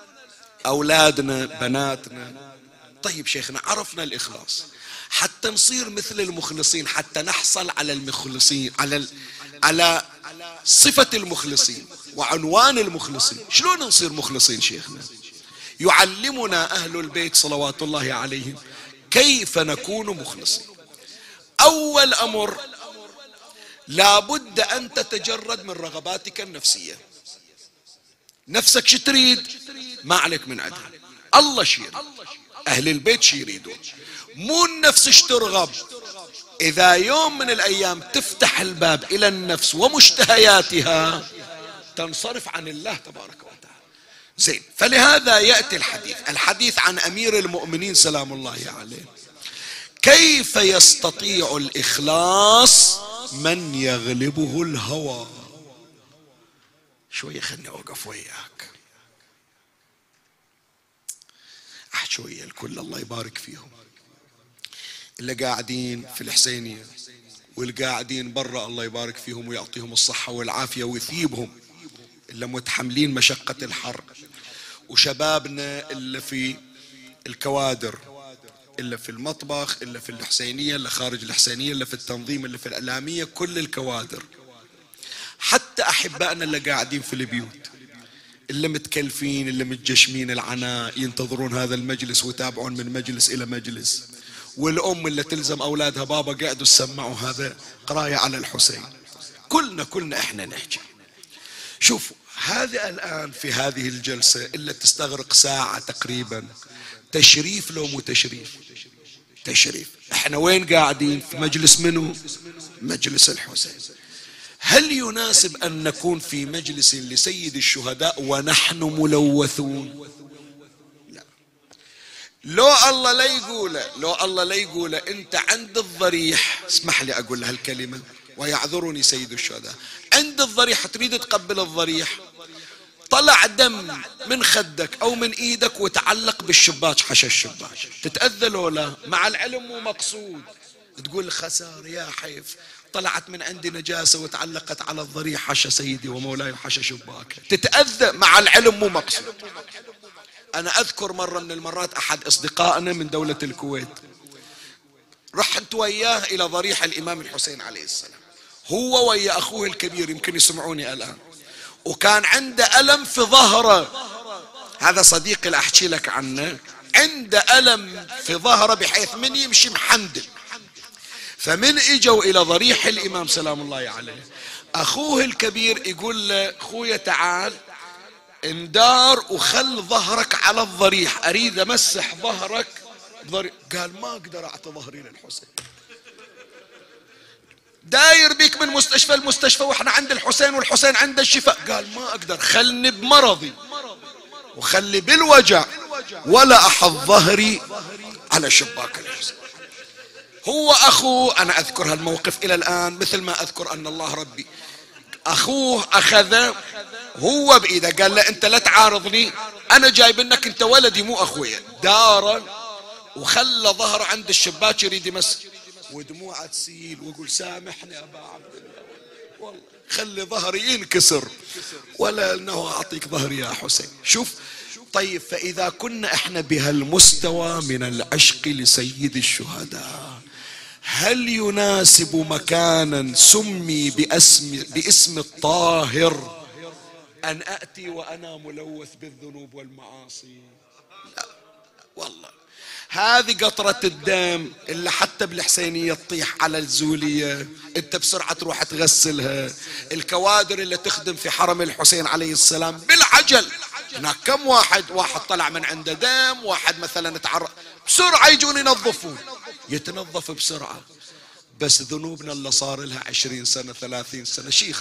أولادنا بناتنا: طيب شيخنا عرفنا الإخلاص، حتى نصير مثل المخلصين، حتى نحصل على المخلصين، على صفة المخلصين وعنوان المخلصين، شلون نصير مخلصين شيخنا؟ يعلمنا أهل البيت صلوات الله عليهم كيف نكون مخلصين. أول أمر لابد أن تتجرد من رغباتك النفسية. نفسك شو تريد؟ ما عليك من عدها، الله شير، أهل البيت شي يريدون، مو النفس ايش ترغب. إذا يوم من الأيام تفتح الباب إلى النفس ومشتهياتها تنصرف عن الله تبارك وتعالى. زين، فلهذا يأتي الحديث عن أمير المؤمنين سلام الله عليه: كيف يستطيع الإخلاص من يغلبه الهوى. شوية خلني أوقف وياك شوية. الكل الله يبارك فيهم، اللي قاعدين في الحسينية والقاعدين برا الله يبارك فيهم ويعطيهم الصحة والعافية ويثيبهم، اللي متحملين مشقة الحر، وشبابنا اللي في الكوادر، اللي في المطبخ، اللي في الحسينية، اللي خارج الحسينية، اللي في التنظيم، اللي في الإعلامية، كل الكوادر، حتى أحبائنا اللي قاعدين في البيوت، اللي متكلفين، اللي متجشمين العناء ينتظرون هذا المجلس ويتابعون من مجلس إلى مجلس، والأم اللي تلزم أولادها بابا قاعدوا تسمعوا هذا قراية على الحسين. كلنا احنا نحكي. شوفوا هذه الآن في هذه الجلسة إلا تستغرق ساعة تقريبا، تشريف لو مو تشريف؟ تشريف. احنا وين قاعدين؟ في مجلس منو؟ مجلس الحسين. هل يناسب أن نكون في مجلس لسيد الشهداء ونحن ملوثون؟ لا. لو الله لا يقول انت عند الضريح، اسمح لي اقول هالكلمة ويعذرني سيد الشهداء، عند الضريح تريد تقبل الضريح، طلع دم من خدك او من ايدك وتعلق بالشباك، حشى الشباك، تتأذى لو لا؟ مع العلم مو مقصود، تقول خسار يا حيف طلعت من عندي نجاسة وتعلقت على الضريح، حشى سيدي ومولاي وحشى شباكه، تتأذى مع العلم مو مقصود. أنا أذكر مرة من المرات أحد أصدقائنا من دولة الكويت، رحت وياه إلى ضريح الإمام الحسين عليه السلام، هو ويا أخوه الكبير، يمكن يسمعوني الآن، وكان عنده ألم في ظهره، هذا صديقي اللي أحكي لك عنه، عنده ألم في ظهره بحيث من يمشي محندل. فمن اجوا الى ضريح الامام سلام الله عليه، اخوه الكبير يقول له خويا تعال اندار وخل ظهرك على الضريح، اريد امسح ظهرك بضريح. قال ما اقدر اعطي ظهري للحسين، داير بيك من مستشفى لمستشفى واحنا عند الحسين والحسين عند الشفاء. قال ما اقدر، خلني بمرضي وخلي بالوجع ولا احط ظهري على شباك الحسين. هو أخوه، أنا أذكر هالموقف إلى الآن مثل ما أذكر أن الله ربي، أخوه أخذه هو بإيده قال له أنت لا تعارضني، أنا جايب لك أنت ولدي مو أخويا، دار وخلى ظهره عند الشباك يريد يمسك، ودموعه تسيل ويقول سامحني أبا عبد الله، والله خلي ظهري ينكسر ولا أنه أعطيك ظهري يا حسين. شوف طيب، فإذا كنا إحنا بهالمستوى من العشق لسيد الشهداء، هل يناسب مكانا سمي باسم الطاهر أن أأتي وأنا ملوث بالذنوب والمعاصي؟ لا والله. هذه قطرة الدم اللي حتى بالحسينية تطيح على الزولية انت بسرعة تروح تغسلها، الكوادر اللي تخدم في حرم الحسين عليه السلام بالعجل، هناك كم واحد طلع من عنده دم، واحد مثلا تعرض، بسرعة يجون ينظفون، يتنظف بسرعة. بس ذنوبنا اللي صار لها 20 سنة 30 سنة شي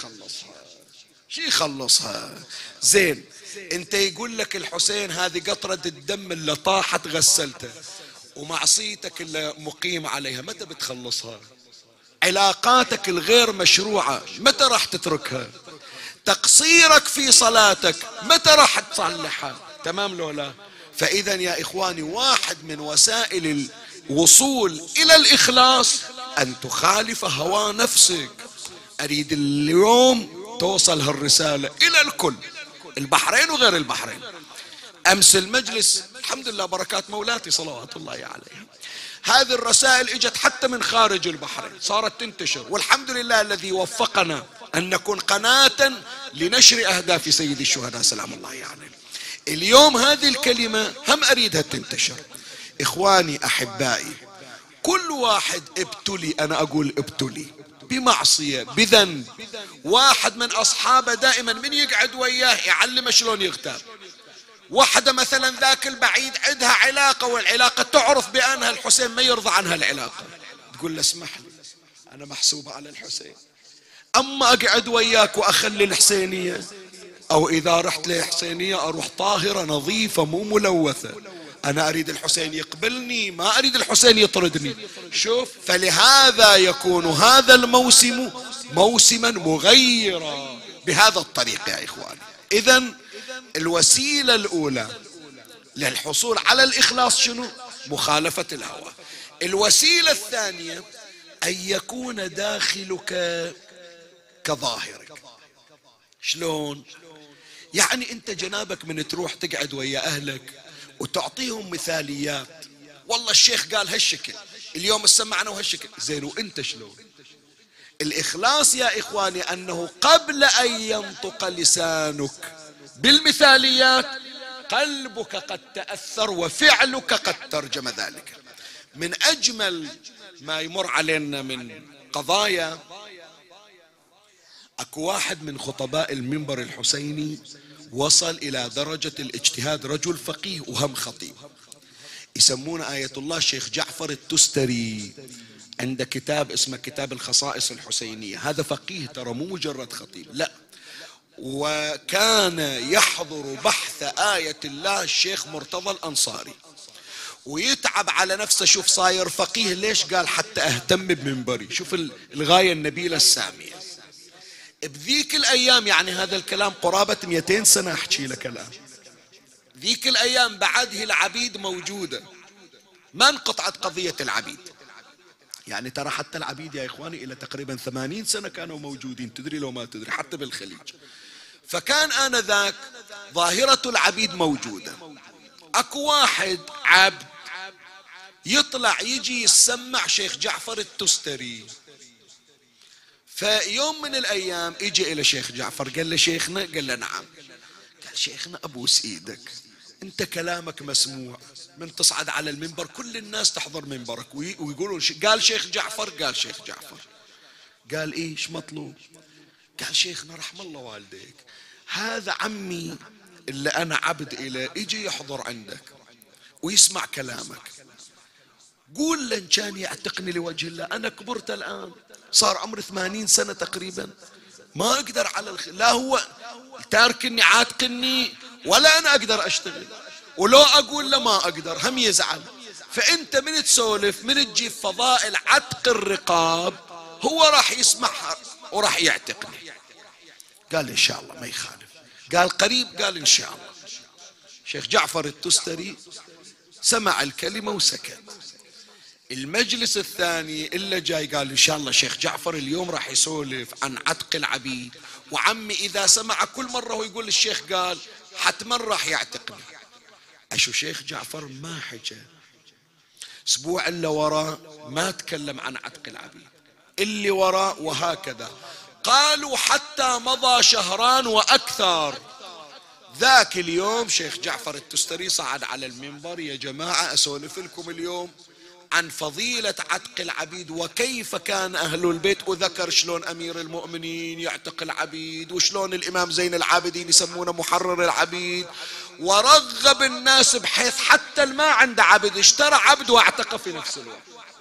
يخلصها؟ زين انت يقول لك الحسين هذه قطرة الدم اللي طاحت غسلتها، ومعصيتك اللي مقيم عليها متى بتخلصها؟ علاقاتك الغير مشروعة متى راح تتركها؟ تقصيرك في صلاتك متى راح تصلحها؟ تمام لو لا؟ فإذا يا إخواني، واحد من وسائل الوصول إلى الإخلاص أن تخالف هوى نفسك. أريد اليوم توصل هالرسالة إلى الكل، البحرين وغير البحرين. أمس المجلس الحمد لله بركات مولاتي صلوات الله عليها، هذه الرسائل اجت حتى من خارج البحرين، صارت تنتشر، والحمد لله الذي وفقنا أن نكون قناة لنشر أهداف سيد الشهداء سلام الله عليه. اليوم هذه الكلمة هم أريدها تنتشر. إخواني أحبائي، كل واحد ابتلي، أنا أقول ابتلي بمعصية بذنب. واحد من أصحابه دائما من يقعد وياه يعلمه شلون يغتاب. واحدة مثلا ذاك البعيد عندها علاقة، والعلاقة تعرف بأنها الحسين ما يرضى عنها العلاقة، تقول له اسمح لي أنا محسوبة على الحسين، أما أقعد وياك وأخلي الحسينية، أو إذا رحت لحسينية أروح طاهرة نظيفة مو ملوثة، أنا أريد الحسين يقبلني، ما أريد الحسين يطردني. شوف، فلهذا يكون هذا الموسم موسما مغيرا بهذا الطريق يا إخواني. إذن الوسيلة الأولى للحصول على الإخلاص شنو؟ مخالفة الهوى. الوسيلة الثانية أن يكون داخلك كظاهرك. شلون؟ يعني أنت جنابك من تروح تقعد ويا أهلك وتعطيهم مثاليات، والله الشيخ قال هالشكل، اليوم سمعنا وهالشكل، زين وأنت شلون؟ الإخلاص يا إخواني أنه قبل أن ينطق لسانك بالمثاليات قلبك قد تأثر وفعلك قد ترجم ذلك. من أجمل ما يمر علينا من قضايا اكو واحد من خطباء المنبر الحسيني وصل الى درجة الاجتهاد، رجل فقيه وهم خطيب، يسمونه آية الله الشيخ جعفر التستري، عنده كتاب اسمه كتاب الخصائص الحسينية. هذا فقيه ترى، مو مجرد خطيب، لا، وكان يحضر بحث آية الله الشيخ مرتضى الأنصاري، ويتعب على نفسه. شوف صاير فقيه ليش؟ قال حتى أهتم بمنبري. شوف الغاية النبيلة السامية بذيك الأيام، يعني هذا الكلام قرابة 200 سنة أحكي لك الآن. ذيك الأيام بعده العبيد موجودة، ما انقطعت قضية العبيد. يعني ترى حتى العبيد يا إخواني إلى تقريبا 80 سنة كانوا موجودين، تدري لو ما تدري، حتى بالخليج. فكان آنذاك ظاهرة العبيد موجودة. أكو واحد عبد يطلع يجي يسمع شيخ جعفر التستري. فيوم من الأيام اجى إلى شيخ جعفر، قال له شيخنا، قال له نعم. قال شيخنا أبوس إيدك، أنت كلامك مسموع، من تصعد على المنبر كل الناس تحضر منبرك ويقولون قال شيخ جعفر، قال شيخ جعفر. قال إيش مطلوب؟ قال شيخنا رحم الله والديك، هذا عمي اللي أنا عبد إليه يجي يحضر عندك ويسمع كلامك، قول له إن كان يعتقني لوجه الله. أنا كبرت الآن، صار عمري 80 سنة تقريبا، ما أقدر على لا هو تاركني عاتقني ولا أنا أقدر أشتغل، ولو أقول له ما أقدر هم يزعل. فأنت من تسولف، من تجيب فضائل عتق الرقاب، هو راح يسمعها وراح يعتقني. قال إن شاء الله ما يخالف. قال قريب؟ قال إن شاء الله. شيخ جعفر التستري سمع الكلمة وسكت. المجلس الثاني إلا جاي قال إن شاء الله شيخ جعفر اليوم راح يسولف عن عتق العبيد، وعمي إذا سمع كل مرة هو يقول الشيخ قال حتما راح يعتقني. أشو شيخ جعفر ما حكى، أسبوع اللي وراه ما تكلم عن عتق العبيد، اللي وراه وهكذا. قالوا حتى مضى شهران وأكثر. ذاك اليوم شيخ جعفر التستري صعد على المنبر، يا جماعة أسولف لكم اليوم عن فضيلة عتق العبيد وكيف كان أهل البيت، وذكر شلون أمير المؤمنين يعتق العبيد، وشلون الإمام زين العابدين يسمونه محرر العبيد، ورغب الناس بحيث حتى الما عنده عبد اشترى عبد واعتق في نفس الوقت.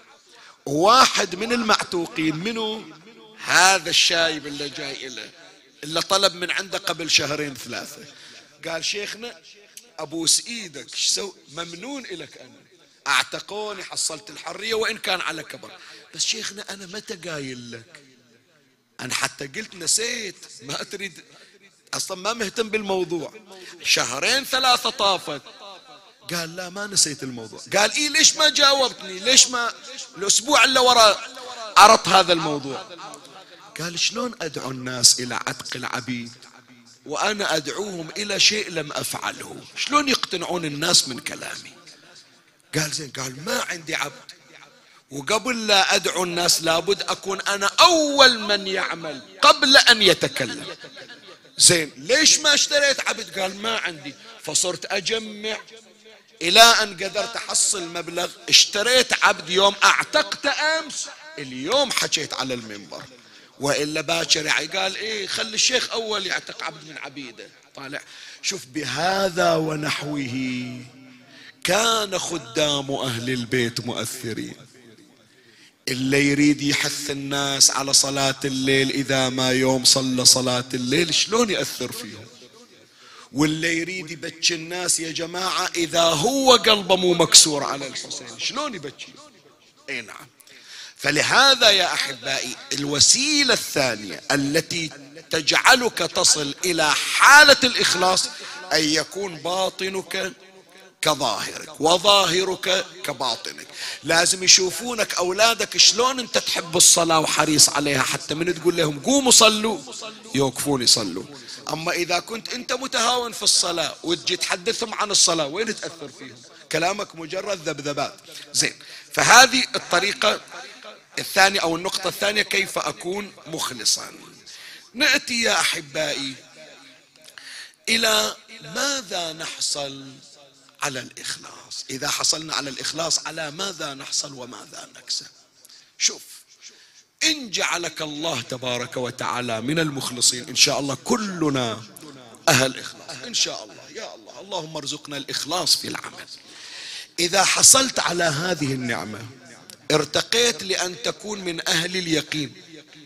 واحد من المعتوقين منه هذا الشايب اللي جاي إله، اللي طلب من عنده قبل شهرين ثلاثة، قال شيخنا أبوس إيدك، شسوي ممنون إلك، أنا اعتقوني حصلت الحرية وإن كان على كبر، بس شيخنا أنا متى قايل لك؟ أنا حتى قلت نسيت، ما أتريد أصلا، ما مهتم بالموضوع، شهرين ثلاثة طافت. قال لا ما نسيت الموضوع. قال إيه ليش ما جاوبتني؟ ليش ما الأسبوع اللي ورا عرض هذا الموضوع؟ قال شلون أدعو الناس إلى عتق العبيد وأنا أدعوهم إلى شيء لم أفعله؟ شلون يقتنعون الناس من كلامي؟ قال زين، قال ما عندي عبد، وقبل لا أدعو الناس لابد أكون أنا أول من يعمل قبل أن يتكلم. زين ليش ما اشتريت عبد؟ قال ما عندي. فصرت أجمع إلى أن قدرت أحصل مبلغ، اشتريت عبد يوم أعتقت أمس، اليوم حكيت على المنبر، وإلا باكر. قال إيه خلي الشيخ أول يعتق عبد من عبيده. طالع شوف، بهذا ونحوه كان خدام أهل البيت مؤثرين. اللي يريد يحث الناس على صلاة الليل إذا ما يوم صلى صلاة الليل شلون يأثر فيهم، واللي يريد يبكي الناس يا جماعة إذا هو قلبه مو مكسور على الحسين شلون يبكي؟ أي نعم. فلهذا يا أحبائي الوسيلة الثانية التي تجعلك تصل إلى حالة الإخلاص أن يكون باطنك كظاهرك وظاهرك كباطنك. لازم يشوفونك أولادك شلون أنت تحب الصلاة وحريص عليها، حتى من تقول لهم قوموا صلوا يوقفون يصلوا. أما إذا كنت أنت متهاون في الصلاة وتجي تحدثهم عن الصلاة وين تأثر فيهم؟ كلامك مجرد ذبذبات. زين، فهذه الطريقة الثانية أو النقطة الثانية، كيف أكون مخلصا. نأتي يا أحبائي إلى ماذا نحصل على الإخلاص. إذا حصلنا على الإخلاص على ماذا نحصل وماذا نكسب؟ شوف، إن جعلك الله تبارك وتعالى من المخلصين إن شاء الله كلنا أهل إخلاص إن شاء الله. يا الله اللهم ارزقنا الإخلاص في العمل. إذا حصلت على هذه النعمة ارتقيت لأن تكون من أهل اليقين،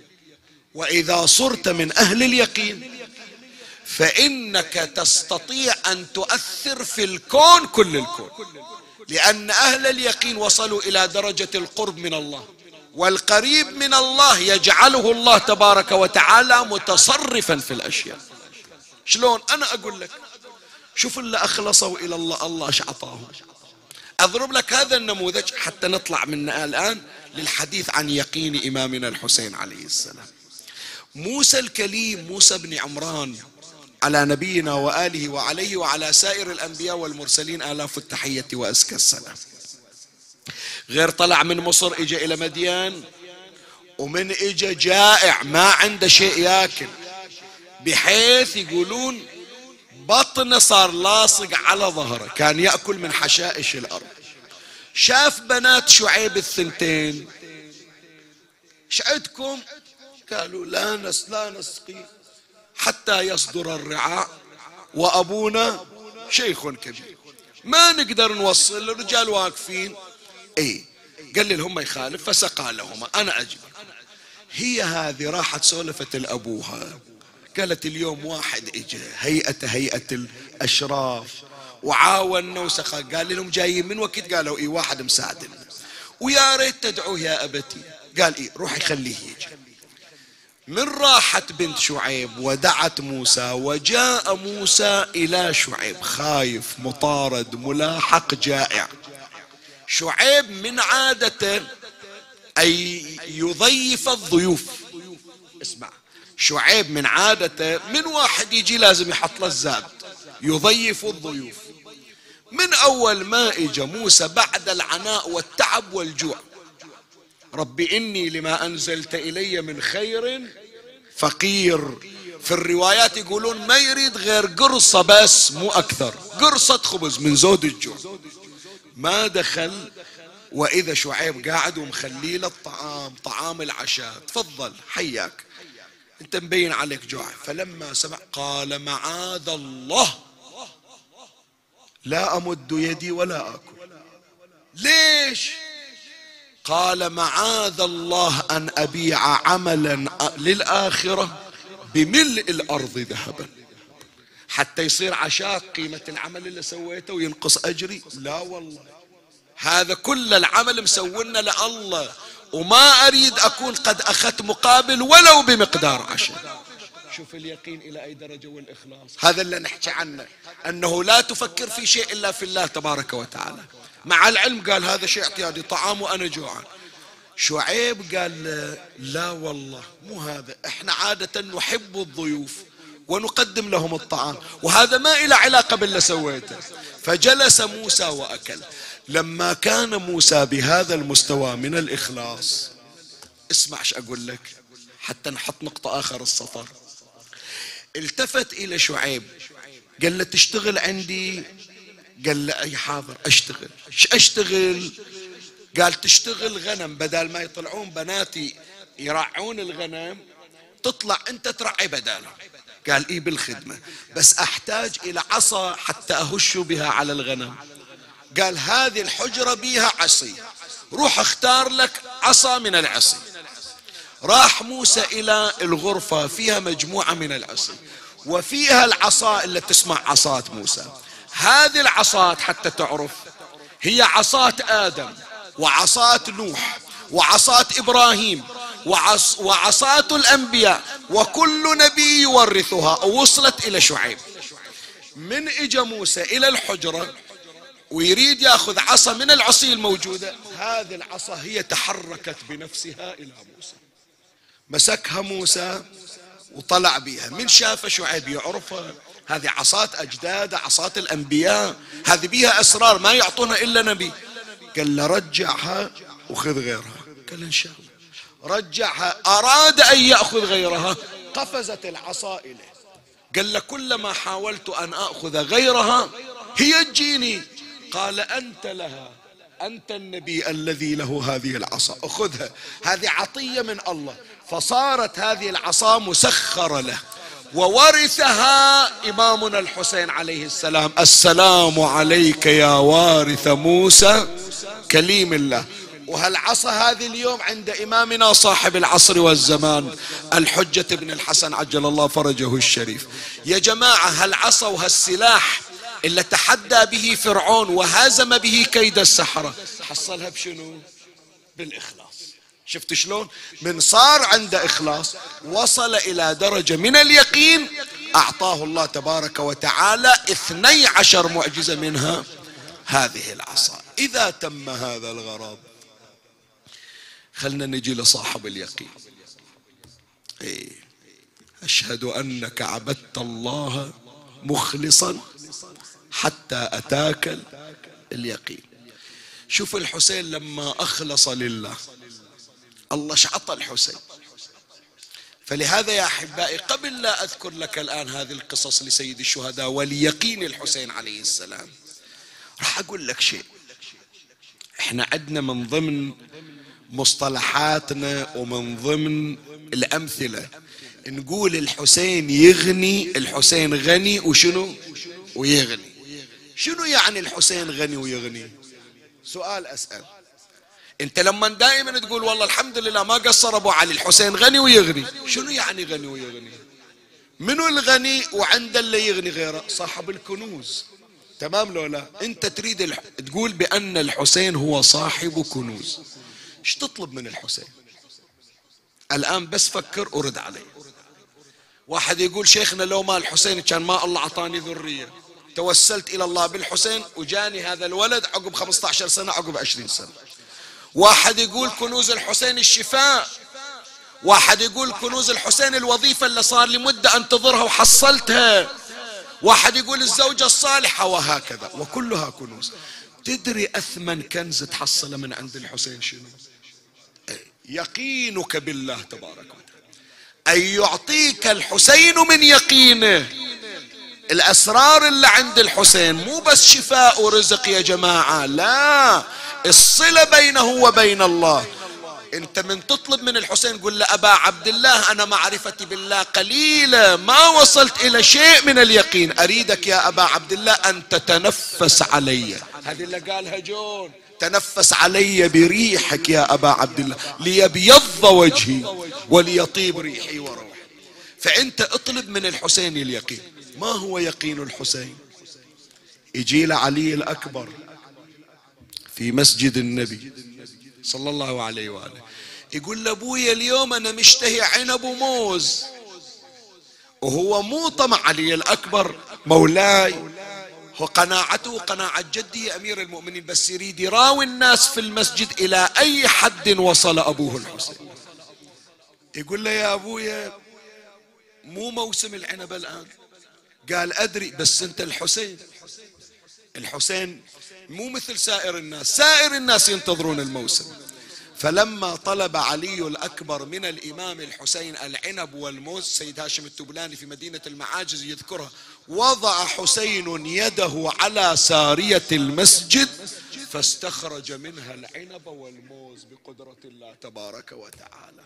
وإذا صرت من أهل اليقين فإنك تستطيع أن تؤثر في الكون كل الكون، لأن أهل اليقين وصلوا إلى درجة القرب من الله، والقريب من الله يجعله الله تبارك وتعالى متصرفا في الأشياء. شلون؟ أنا أقول لك شوف اللي أخلصوا إلى الله الله إيش أعطاهم. أضرب لك هذا النموذج حتى نطلع منه الآن للحديث عن يقين إمامنا الحسين عليه السلام. موسى الكليم، موسى بن عمران، على نبينا وآله وعليه وعلى سائر الأنبياء والمرسلين آلاف التحية وأزكى السلام. غير طلع من مصر إجا إلى مدين، ومن إجا جائع ما عنده شيء ياكل، بحيث يقولون بطنه صار لاصق على ظهره، كان يأكل من حشائش الأرض. شاف بنات شعيب الثنتين، ايش عندكم؟ قالوا لا نسقي حتى يصدر الرعاء وأبونا شيخ كبير، ما نقدر نوصل، الرجال واقفين. اي قال لهم ما يخالف، فسقى لهما. أنا أجب. هي هذه راحت سولفت لأبوها، قالت اليوم واحد اجى هيئة الأشراف وعاوننا وسخى. قال لهم جايين من وقت؟ قالوا اي واحد مساعدنا ويا ريت تدعوه يا أبتي. قال اي روحي خليه يجي. من راحت بنت شعيب ودعت موسى، وجاء موسى إلى شعيب خايف مطارد ملاحق جائع. شعيب من عادته أي يضيف الضيوف. اسمع، شعيب من عادته من واحد يجي لازم يحط له الزاد، يضيف الضيوف. من أول ما إجا موسى بعد العناء والتعب والجوع، ربي إني لما أنزلت إلي من خير فقير. في الروايات يقولون ما يريد غير قرصة بس مو أكثر، قرصة خبز من زود الجوع. ما دخل وإذا شعيب قاعد ومخلي له الطعام، طعام العشاء، تفضل حياك أنت مبين عليك جوع. فلما سمع قال معاذ الله لا أمد يدي ولا آكل. ليش؟ قال معاذ الله أن أبيع عملا للآخرة بملء الأرض ذهبا حتى يصير عشاق قيمة العمل اللي سويته وينقص أجري. لا والله، هذا كل العمل مسوينا لله، وما أريد أكون قد أخذت مقابل ولو بمقدار عشر. شوف اليقين إلى أي درجة والإخلاص. هذا اللي نحكي عنه، أنه لا تفكر في شيء إلا في الله تبارك وتعالى. مع العلم قال هذا شيء اعتيادي، طعام وأنا جوعان. شعيب قال لا والله مو هذا، احنا عادة نحب الضيوف ونقدم لهم الطعام، وهذا ما إلى علاقة باللي سويته. فجلس موسى وأكل. لما كان موسى بهذا المستوى من الإخلاص، اسمع ايش أقول لك حتى نحط نقطة آخر السطر. التفت إلى شعيب قال له تشتغل عندي؟ قال له أي حاضر أشتغل. ايش أشتغل؟ قال تشتغل غنم، بدل ما يطلعون بناتي يرعون الغنم تطلع أنت ترعي بدالهم. قال إيه بالخدمة، بس أحتاج إلى عصا حتى أهش بها على الغنم. قال هذه الحجرة بيها عصي، روح اختار لك عصا من العصي. راح موسى إلى الغرفة فيها مجموعة من العصي، وفيها العصا اللي تسمع عصات موسى. هذه العصات حتى تعرف هي عصات آدم وعصات نوح وعصات إبراهيم وعصات الأنبياء، وكل نبي يورثها. ووصلت إلى شعيب. من إجا موسى إلى الحجرة ويريد يأخذ عصا من العصي الموجودة، هذه العصا هي تحركت بنفسها إلى موسى. مسكها موسى وطلع بها. من شاف شعيب يعرفها، هذه عصات أجداد، عصات الأنبياء، هذه بيها أسرار ما يعطونها إلا نبي. قال له رجعها وخذ غيرها. قال إن شاء الله. رجعها، أراد أن يأخذ غيرها، قفزت العصا إليه. قال له كلما حاولت أن أخذ غيرها هي تجيني. قال أنت لها أنت النبي الذي له هذه العصا، أخذها، هذه عطية من الله. فصارت هذه العصا مسخرة له، وورثها إمامنا الحسين عليه السلام. السلام عليك يا وارث موسى كليم الله. وهالعصا هذه اليوم عند إمامنا صاحب العصر والزمان الحجة بن الحسن عجل الله فرجه الشريف. يا جماعة هالعصا وهالسلاح اللي تحدى به فرعون وهازم به كيد السحرة، حصلها بشنو؟ بالإخلاص. شفت شلون؟ من صار عنده إخلاص وصل إلى درجة من اليقين أعطاه الله تبارك وتعالى 12 معجزة، منها هذه العصا. إذا تم هذا الغرض خلنا نجي لصاحب اليقين. أشهد أنك عبدت الله مخلصا حتى أتاك اليقين. شوف الحسين لما أخلص لله، الله شعط الحسين. فلهذا يا أحبائي قبل لا أذكر لك الآن هذه القصص لسيد الشهداء وليقين الحسين عليه السلام، راح أقول لك شيء. احنا عندنا من ضمن مصطلحاتنا ومن ضمن الأمثلة نقول الحسين يغني، الحسين غني وشنو ويغني. شنو يعني الحسين غني ويغني؟ سؤال أسأل. انت لما دائما تقول والله الحمد لله ما قصر ابو علي، الحسين غني ويغني، شنو يعني غني ويغني؟ منو الغني وعند اللي يغني غيره؟ صاحب الكنوز. تمام لو لا؟ انت تريد تقول بان الحسين هو صاحب كنوز. ايش تطلب من الحسين الان؟ بس فكر ورد علي. واحد يقول شيخنا لو ما الحسين كان ما الله اعطاني ذريه، توسلت الى الله بالحسين وجاني هذا الولد عقب 15 سنه عقب 20 سنه. واحد يقول كنوز الحسين الشفاء، واحد يقول كنوز الحسين الوظيفة اللي صار لي مدة انتظرها وحصلتها، واحد يقول الزوجة الصالحة، وهكذا، وكلها كنوز. تدري أثمن كنز تحصله من عند الحسين شنو؟ يقينك بالله تبارك وتعالى، أن يعطيك الحسين من يقينه. الأسرار اللي عند الحسين مو بس شفاء ورزق يا جماعة، لا، الصلة بينه وبين الله. انت من تطلب من الحسين قل له أبا عبد الله أنا معرفتي بالله قليلة، ما وصلت إلى شيء من اليقين، أريدك يا أبا عبد الله أن تتنفس علي. هذه اللي قالها جون، تنفس علي بريحك يا أبا عبد الله ليبيض وجهي وليطيب ريحي وروحي. فأنت اطلب من الحسين اليقين. ما هو يقين الحسين؟ يجي لعلي الأكبر في مسجد النبي صلى الله عليه وآله، يقول لأبويا اليوم أنا مشتهي عنب وموز، وهو مو طمع علي الأكبر مولاي، هو قناعته قناعة جدي يا أمير المؤمنين، بس يريد يراوي الناس في المسجد إلى أي حد وصل أبوه الحسين. يقول له يا أبويا مو موسم العنب الآن. قال أدري، بس أنت الحسين مو مثل سائر الناس، سائر الناس ينتظرون الموسم. فلما طلب علي الأكبر من الإمام الحسين العنب والموز، سيد هاشم التبلاني في مدينة المعاجز يذكرها، وضع حسين يده على سارية المسجد فاستخرج منها العنب والموز بقدرة الله تبارك وتعالى.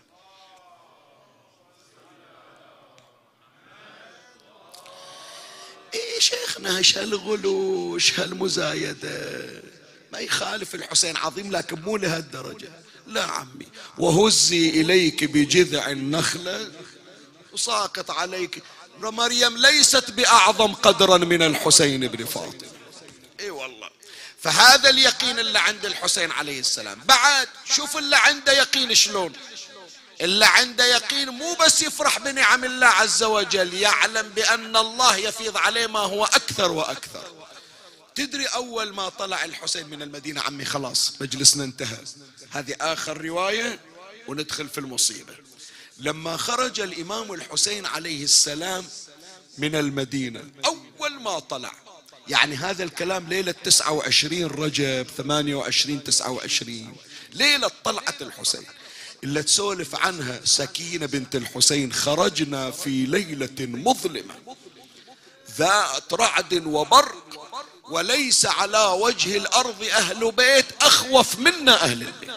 ايه شيخنا ايش هالغلو ايش هالمزايدة؟ ما يخالف، الحسين عظيم لكن مو لهالدرجة. لا عمي، وهزي اليك بجذع النخلة وساقط عليك. مريم ليست باعظم قدرا من الحسين بن فاطمة. اي والله. فهذا اليقين اللي عند الحسين عليه السلام. بعد شوف اللي عنده يقين شلون، اللي عنده يقين مو بس يفرح بنعم الله عز وجل، يعلم بأن الله يفيض عليه ما هو أكثر وأكثر. تدري أول ما طلع الحسين من المدينة، عمي خلاص مجلسنا انتهى، هذه آخر رواية وندخل في المصيبة. لما خرج الإمام الحسين عليه السلام من المدينة أول ما طلع، يعني هذا الكلام ليلة 29 رجب 28 29 ليلة طلعة الحسين اللي تسولف عنها سكينة بنت الحسين. خرجنا في ليلة مظلمة ذات رعد وبرق وليس على وجه الأرض أهل بيت أخوف منا أهل البيت.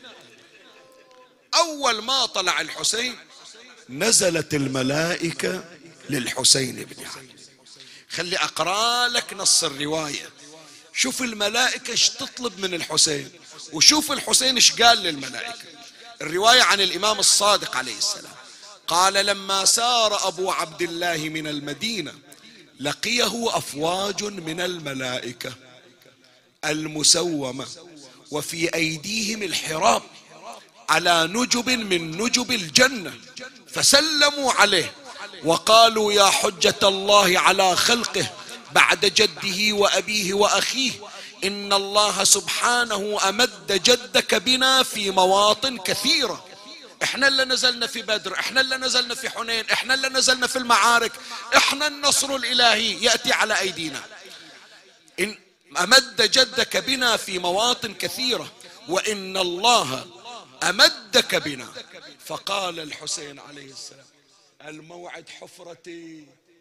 أول ما طلع الحسين نزلت الملائكة للحسين بن علي. خلي أقرأ لك نص الرواية. شوف الملائكة ايش تطلب من الحسين، وشوف الحسين ايش قال للملائكة. الرواية عن الإمام الصادق عليه السلام قال: لما سار أبو عبد الله من المدينة لقيه أفواج من الملائكة المسومة وفي أيديهم الحراب على نجب من نجب الجنة، فسلموا عليه وقالوا: يا حجة الله على خلقه بعد جده وأبيه وأخيه، إن الله سبحانه أمد جدك بنا في مواطن كثيرة. احنا اللي نزلنا في بدر، احنا اللي نزلنا في حنين، احنا اللي نزلنا في المعارك، احنا النصر الإلهي يأتي على أيدينا. إن أمد جدك بنا في مواطن كثيرة وإن الله أمدك بنا. فقال الحسين عليه السلام: الموعد حفرتي،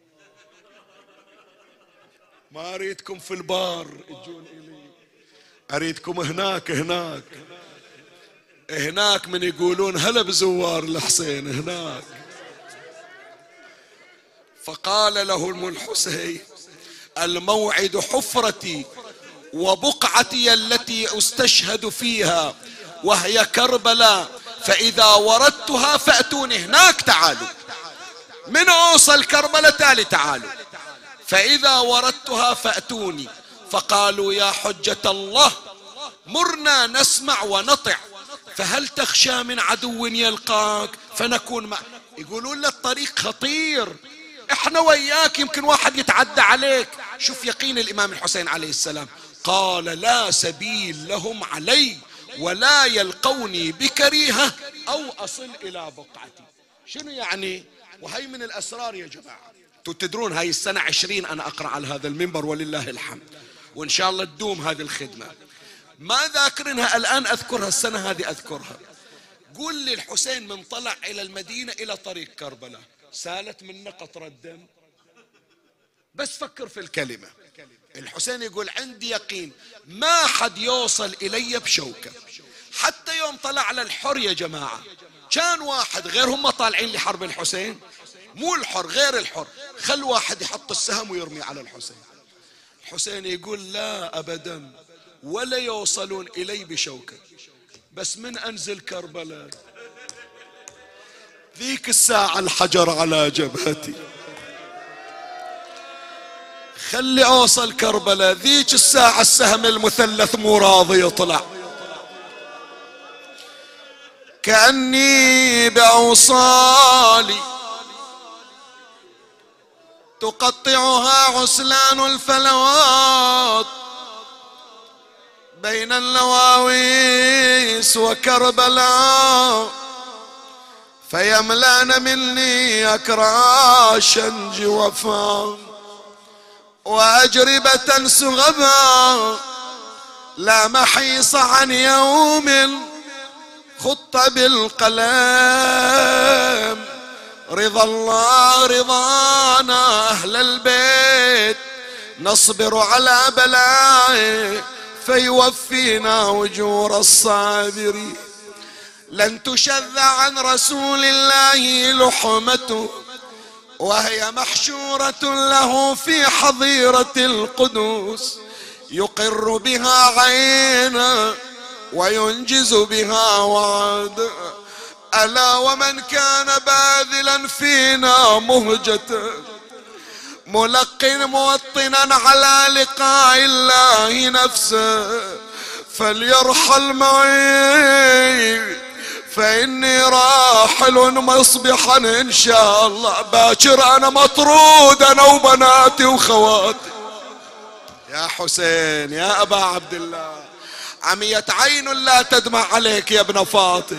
ما أريدكم في البار تجون إلي، أريدكم هناك من يقولون هلا بزوار الحسين هناك. فقال لهم الحسين: الموعد حفرتي وبقعتي التي أستشهد فيها وهي كربلاء، فإذا وردتها فأتوني هناك، تعالوا من أوصل كربلاء تالي تعالوا، فإذا وردتها فأتوني. فقالوا: يا حجة الله مرنا نسمع ونطع، فهل تخشى من عدو يلقاك فنكون معك؟ يقولون له الطريق خطير، احنا وياك يمكن واحد يتعدى عليك. شوف يقين الإمام الحسين عليه السلام، قال: لا سبيل لهم علي ولا يلقوني بكريهة أو أصل إلى بقعتي. شنو يعني؟ وهي من الأسرار يا جماعة. تدرون هاي السنة 20 أنا أقرأ على هذا المنبر ولله الحمد، وإن شاء الله تدوم هذه الخدمة. ما ذاكرنها الآن أذكرها، السنة هذه أذكرها. قول لي الحسين من طلع إلى المدينة إلى طريق كربلاء سالت منه قطرة دم؟ بس فكر في الكلمة. الحسين يقول: عندي يقين ما حد يوصل إلي بشوكة. حتى يوم طلع على الحر يا جماعة كان واحد غير هم طالعين لحرب الحسين، مو الحر غير الحر، خل واحد يحط السهم ويرمي على الحسين. الحسين يقول: لا أبدا، ولا يوصلون إلي بشوكة. بس من أنزل كربلاء ذيك الساعة الحجر على جبهتي، خلي أوصل كربلاء ذيك الساعة السهم المثلث مو راضي يطلع. كأني بأوصالي تقطعها عسلان الفلوات بين النواويس وكربلاء، فيملان مني أكراشا جوفا وأجربة سغبا، لا محيص عن يوم خط بالقلم، رضا الله رضانا أهل البيت، نصبر على بلائه فيوفينا وجور الصابرين. لن تشذ عن رسول الله لحمته وهي محشورة له في حظيرة القدوس، يقر بها عينا وينجز بها وعدا. ألا ومن كان باذلا فينا مهجة ملقن موطنا على لقاء الله نفسه، فليرحل معي فإني راحل مصبحا إن شاء الله، باكر أنا مطرود أنا وبناتي وخواتي. يا حسين يا أبا عبد الله، عميت عين لا تدمع عليك يا ابن فاطمة.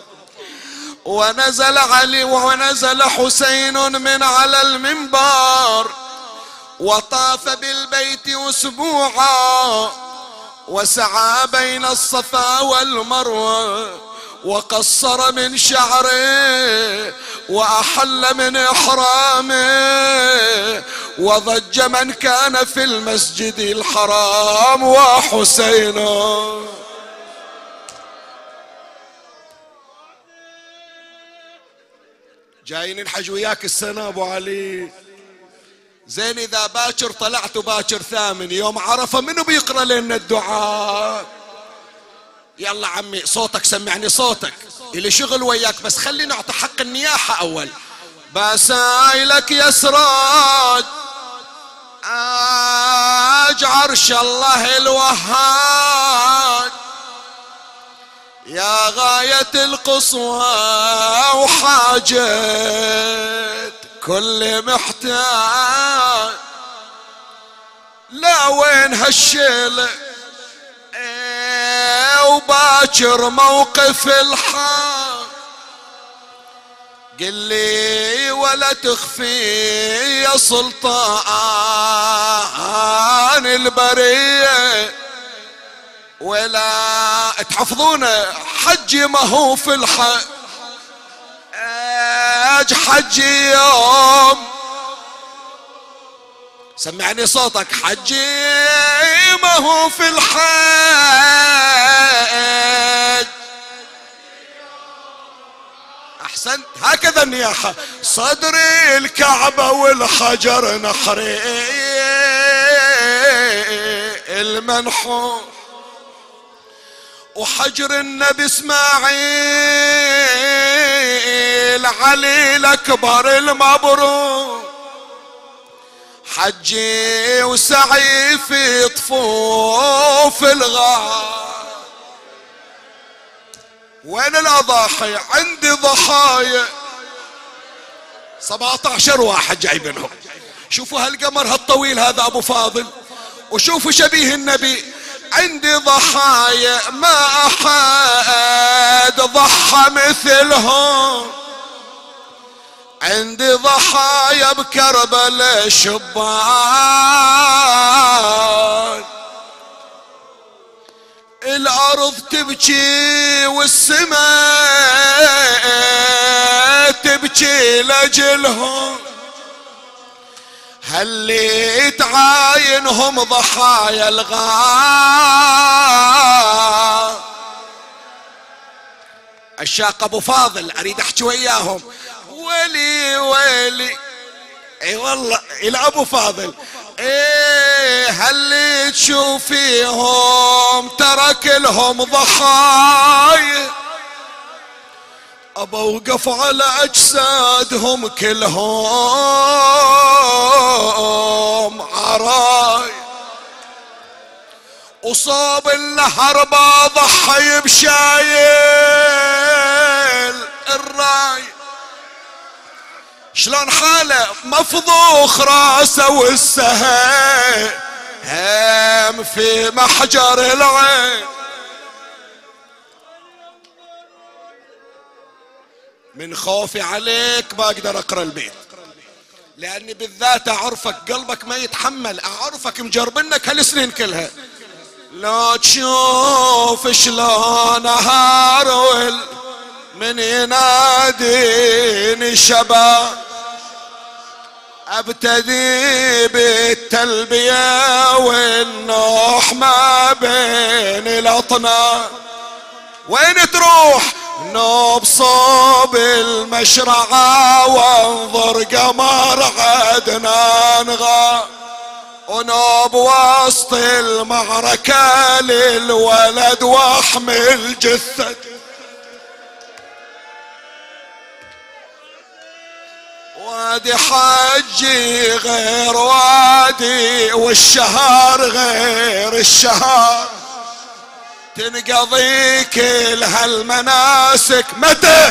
ونزل علي ونزل حسين من على المنبر وطاف بالبيت أسبوعا، وسعى بين الصفا والمروة، وقصر من شعره وأحل من إحرامه، وضج من كان في المسجد الحرام وحسينا. جايين الحج وياك السنة أبو علي. زين إذا باكر طلعت باكر ثامن يوم عرفة منو بيقرأ لنا الدعاء؟ يلا عمي صوتك سمعني صوتك، اللي شغل وياك بس خلينا نعطي حق النياحة أول. بسايلك يا سراج عرش الله الوهاب، يا غاية القصوى وحاجة كل محتاج، لا وين هالشيله وباكر موقف الحال، قل لي ولا تخفي يا سلطان البرية، ولا تحفظونه حجي ما هو في الحج، حجي يوم سمعني صوتك، حجي ما هو في الحج. احسنت، هكذا النياحة. صدري الكعبة والحجر نحري المنحور، وحجر النبي اسماعيل علي الاكبر المبروك، حجي وسعي في طفوف الغار. وين الاضاحي؟ عندي ضحايا 17 واحد جايبينهم. شوفوا هالقمر هالطويل هذا ابو فاضل، وشوفوا شبيه النبي. عندي ضحايا ما احد ضحى مثلهم، عندي ضحايا بكربلاء شبان، الارض تبكي والسماء تبكي لاجلهم، هاللي تعاينهم ضحايا الغار. الشاق ابو فاضل اريد احكي وياهم. ويلي ويلي اي والله الى ابو فاضل، ايه هاللي تشوفيهم ترك لهم ضحايا، ابى اوقف على اجسادهم كلهم عراي، وصوب النهر بضحي بشايل الراي، شلون حاله مفضوخ راسه والسهم في محجر العين. من خوفي عليك ما اقدر اقرا البيت، لاني بالذات اعرفك قلبك ما يتحمل، اعرفك مجربنك هالسنين كلها. لو تشوف شلون هارول من يناديني شباب، ابتدي بالتلبية والنوح ما بين الاطنان. وين تروح؟ نوب صوب المشرعة وانظر قمر عدنان غاب، ونوب وسط المعركة للولد واحمل جثة، وادي حجي غير وادي والشهر غير الشهر، تنقضي كل هالمناسك متى؟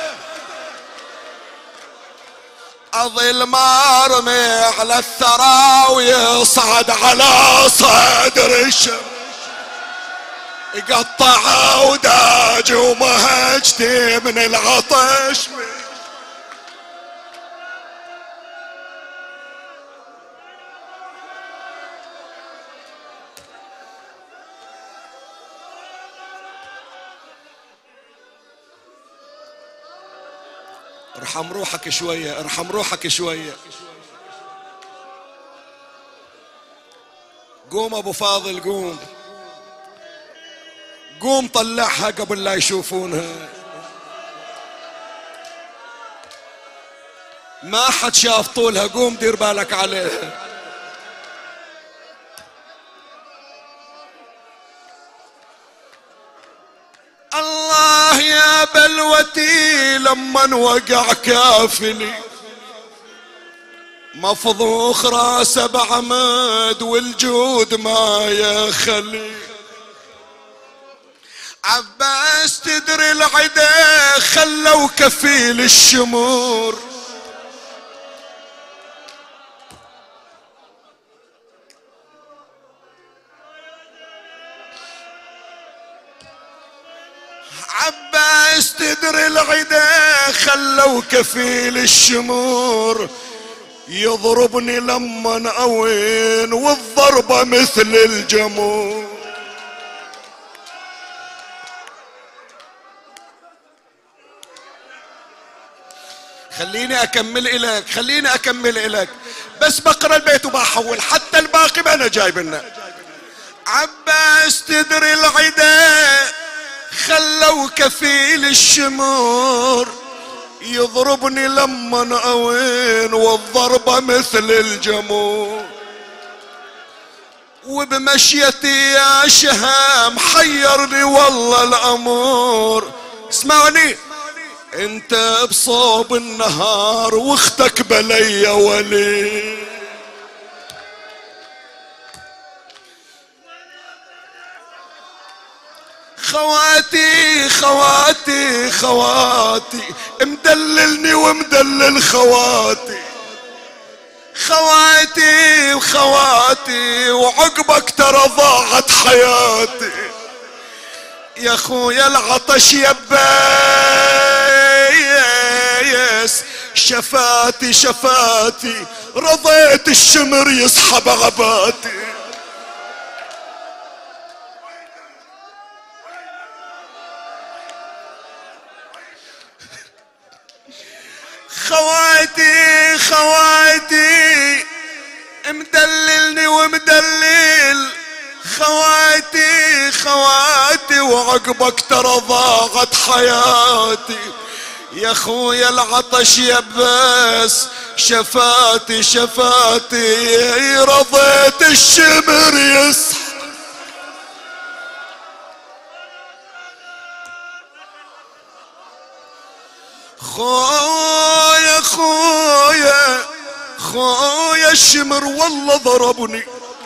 اظل مرمي على الثرى ويصعد على صدر الشمس، يقطع وداج ومهجتي من العطش. ارحم روحك شوية، ارحم روحك شوية. قوم ابو فاضل، قوم قوم طلعها قبل لا يشوفونها. ما حد شاف طولها، قوم دير بالك عليها. الله يا بلوتي لمن وقع كافلي، مفضوخ راسه بعمد والجود ما يخلي. عباس تدري العدا خلوا كفيل الشمور، عباس تدري العدا خلوا كفيل الشمور، يضربني لما اوين والضربة مثل الجمور. خليني اكمل الك، خليني اكمل الك، بس بقرا البيت وبحول، حتى الباقي ما انا جايبنا. عباس تدري العدا خلوا كفيل الشمور، يضربني لما اوين والضربة مثل الجمور. وبمشيتي يا شهام حيرني والله الامور. اسمعني، انت بصوب النهار واختك بلي ولي، خواتي خواتي خواتي مدللني ومدلل خواتي، خواتي وخواتي وعقبك ترى ضاعت حياتي. يا خويا العطش يبايس، شفاتي شفاتي رضيت الشمر يسحب عباتي. خواتي خواتي مدللني ومدلل، خواتي خواتي وعقبك ترى ضاعت حياتي. يا خويا العطش يبس، شفاتي شفاتي رضيت الشمر يسحب. خويا خويا خويا الشمر والله ضربني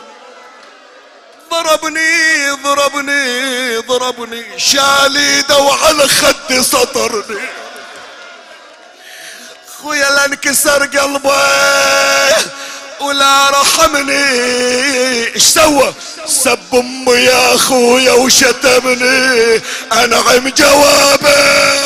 ضربني ضربني ضربني، شاليده وعلى خدي سطرني. خويا لا انكسر قلبي ولا رحمني، ايش سوى؟ سب امي يا خويا وشتمني، انعم جوابه.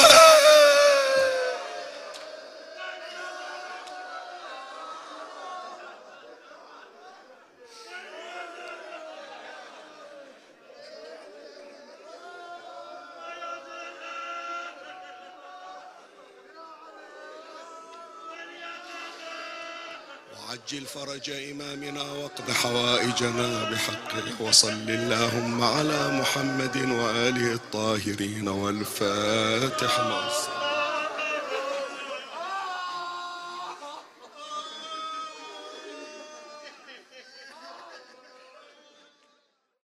عجل فرج إمامنا واقض حوائجنا بحقه، وصل اللهم على محمد وآله الطاهرين والفاتح.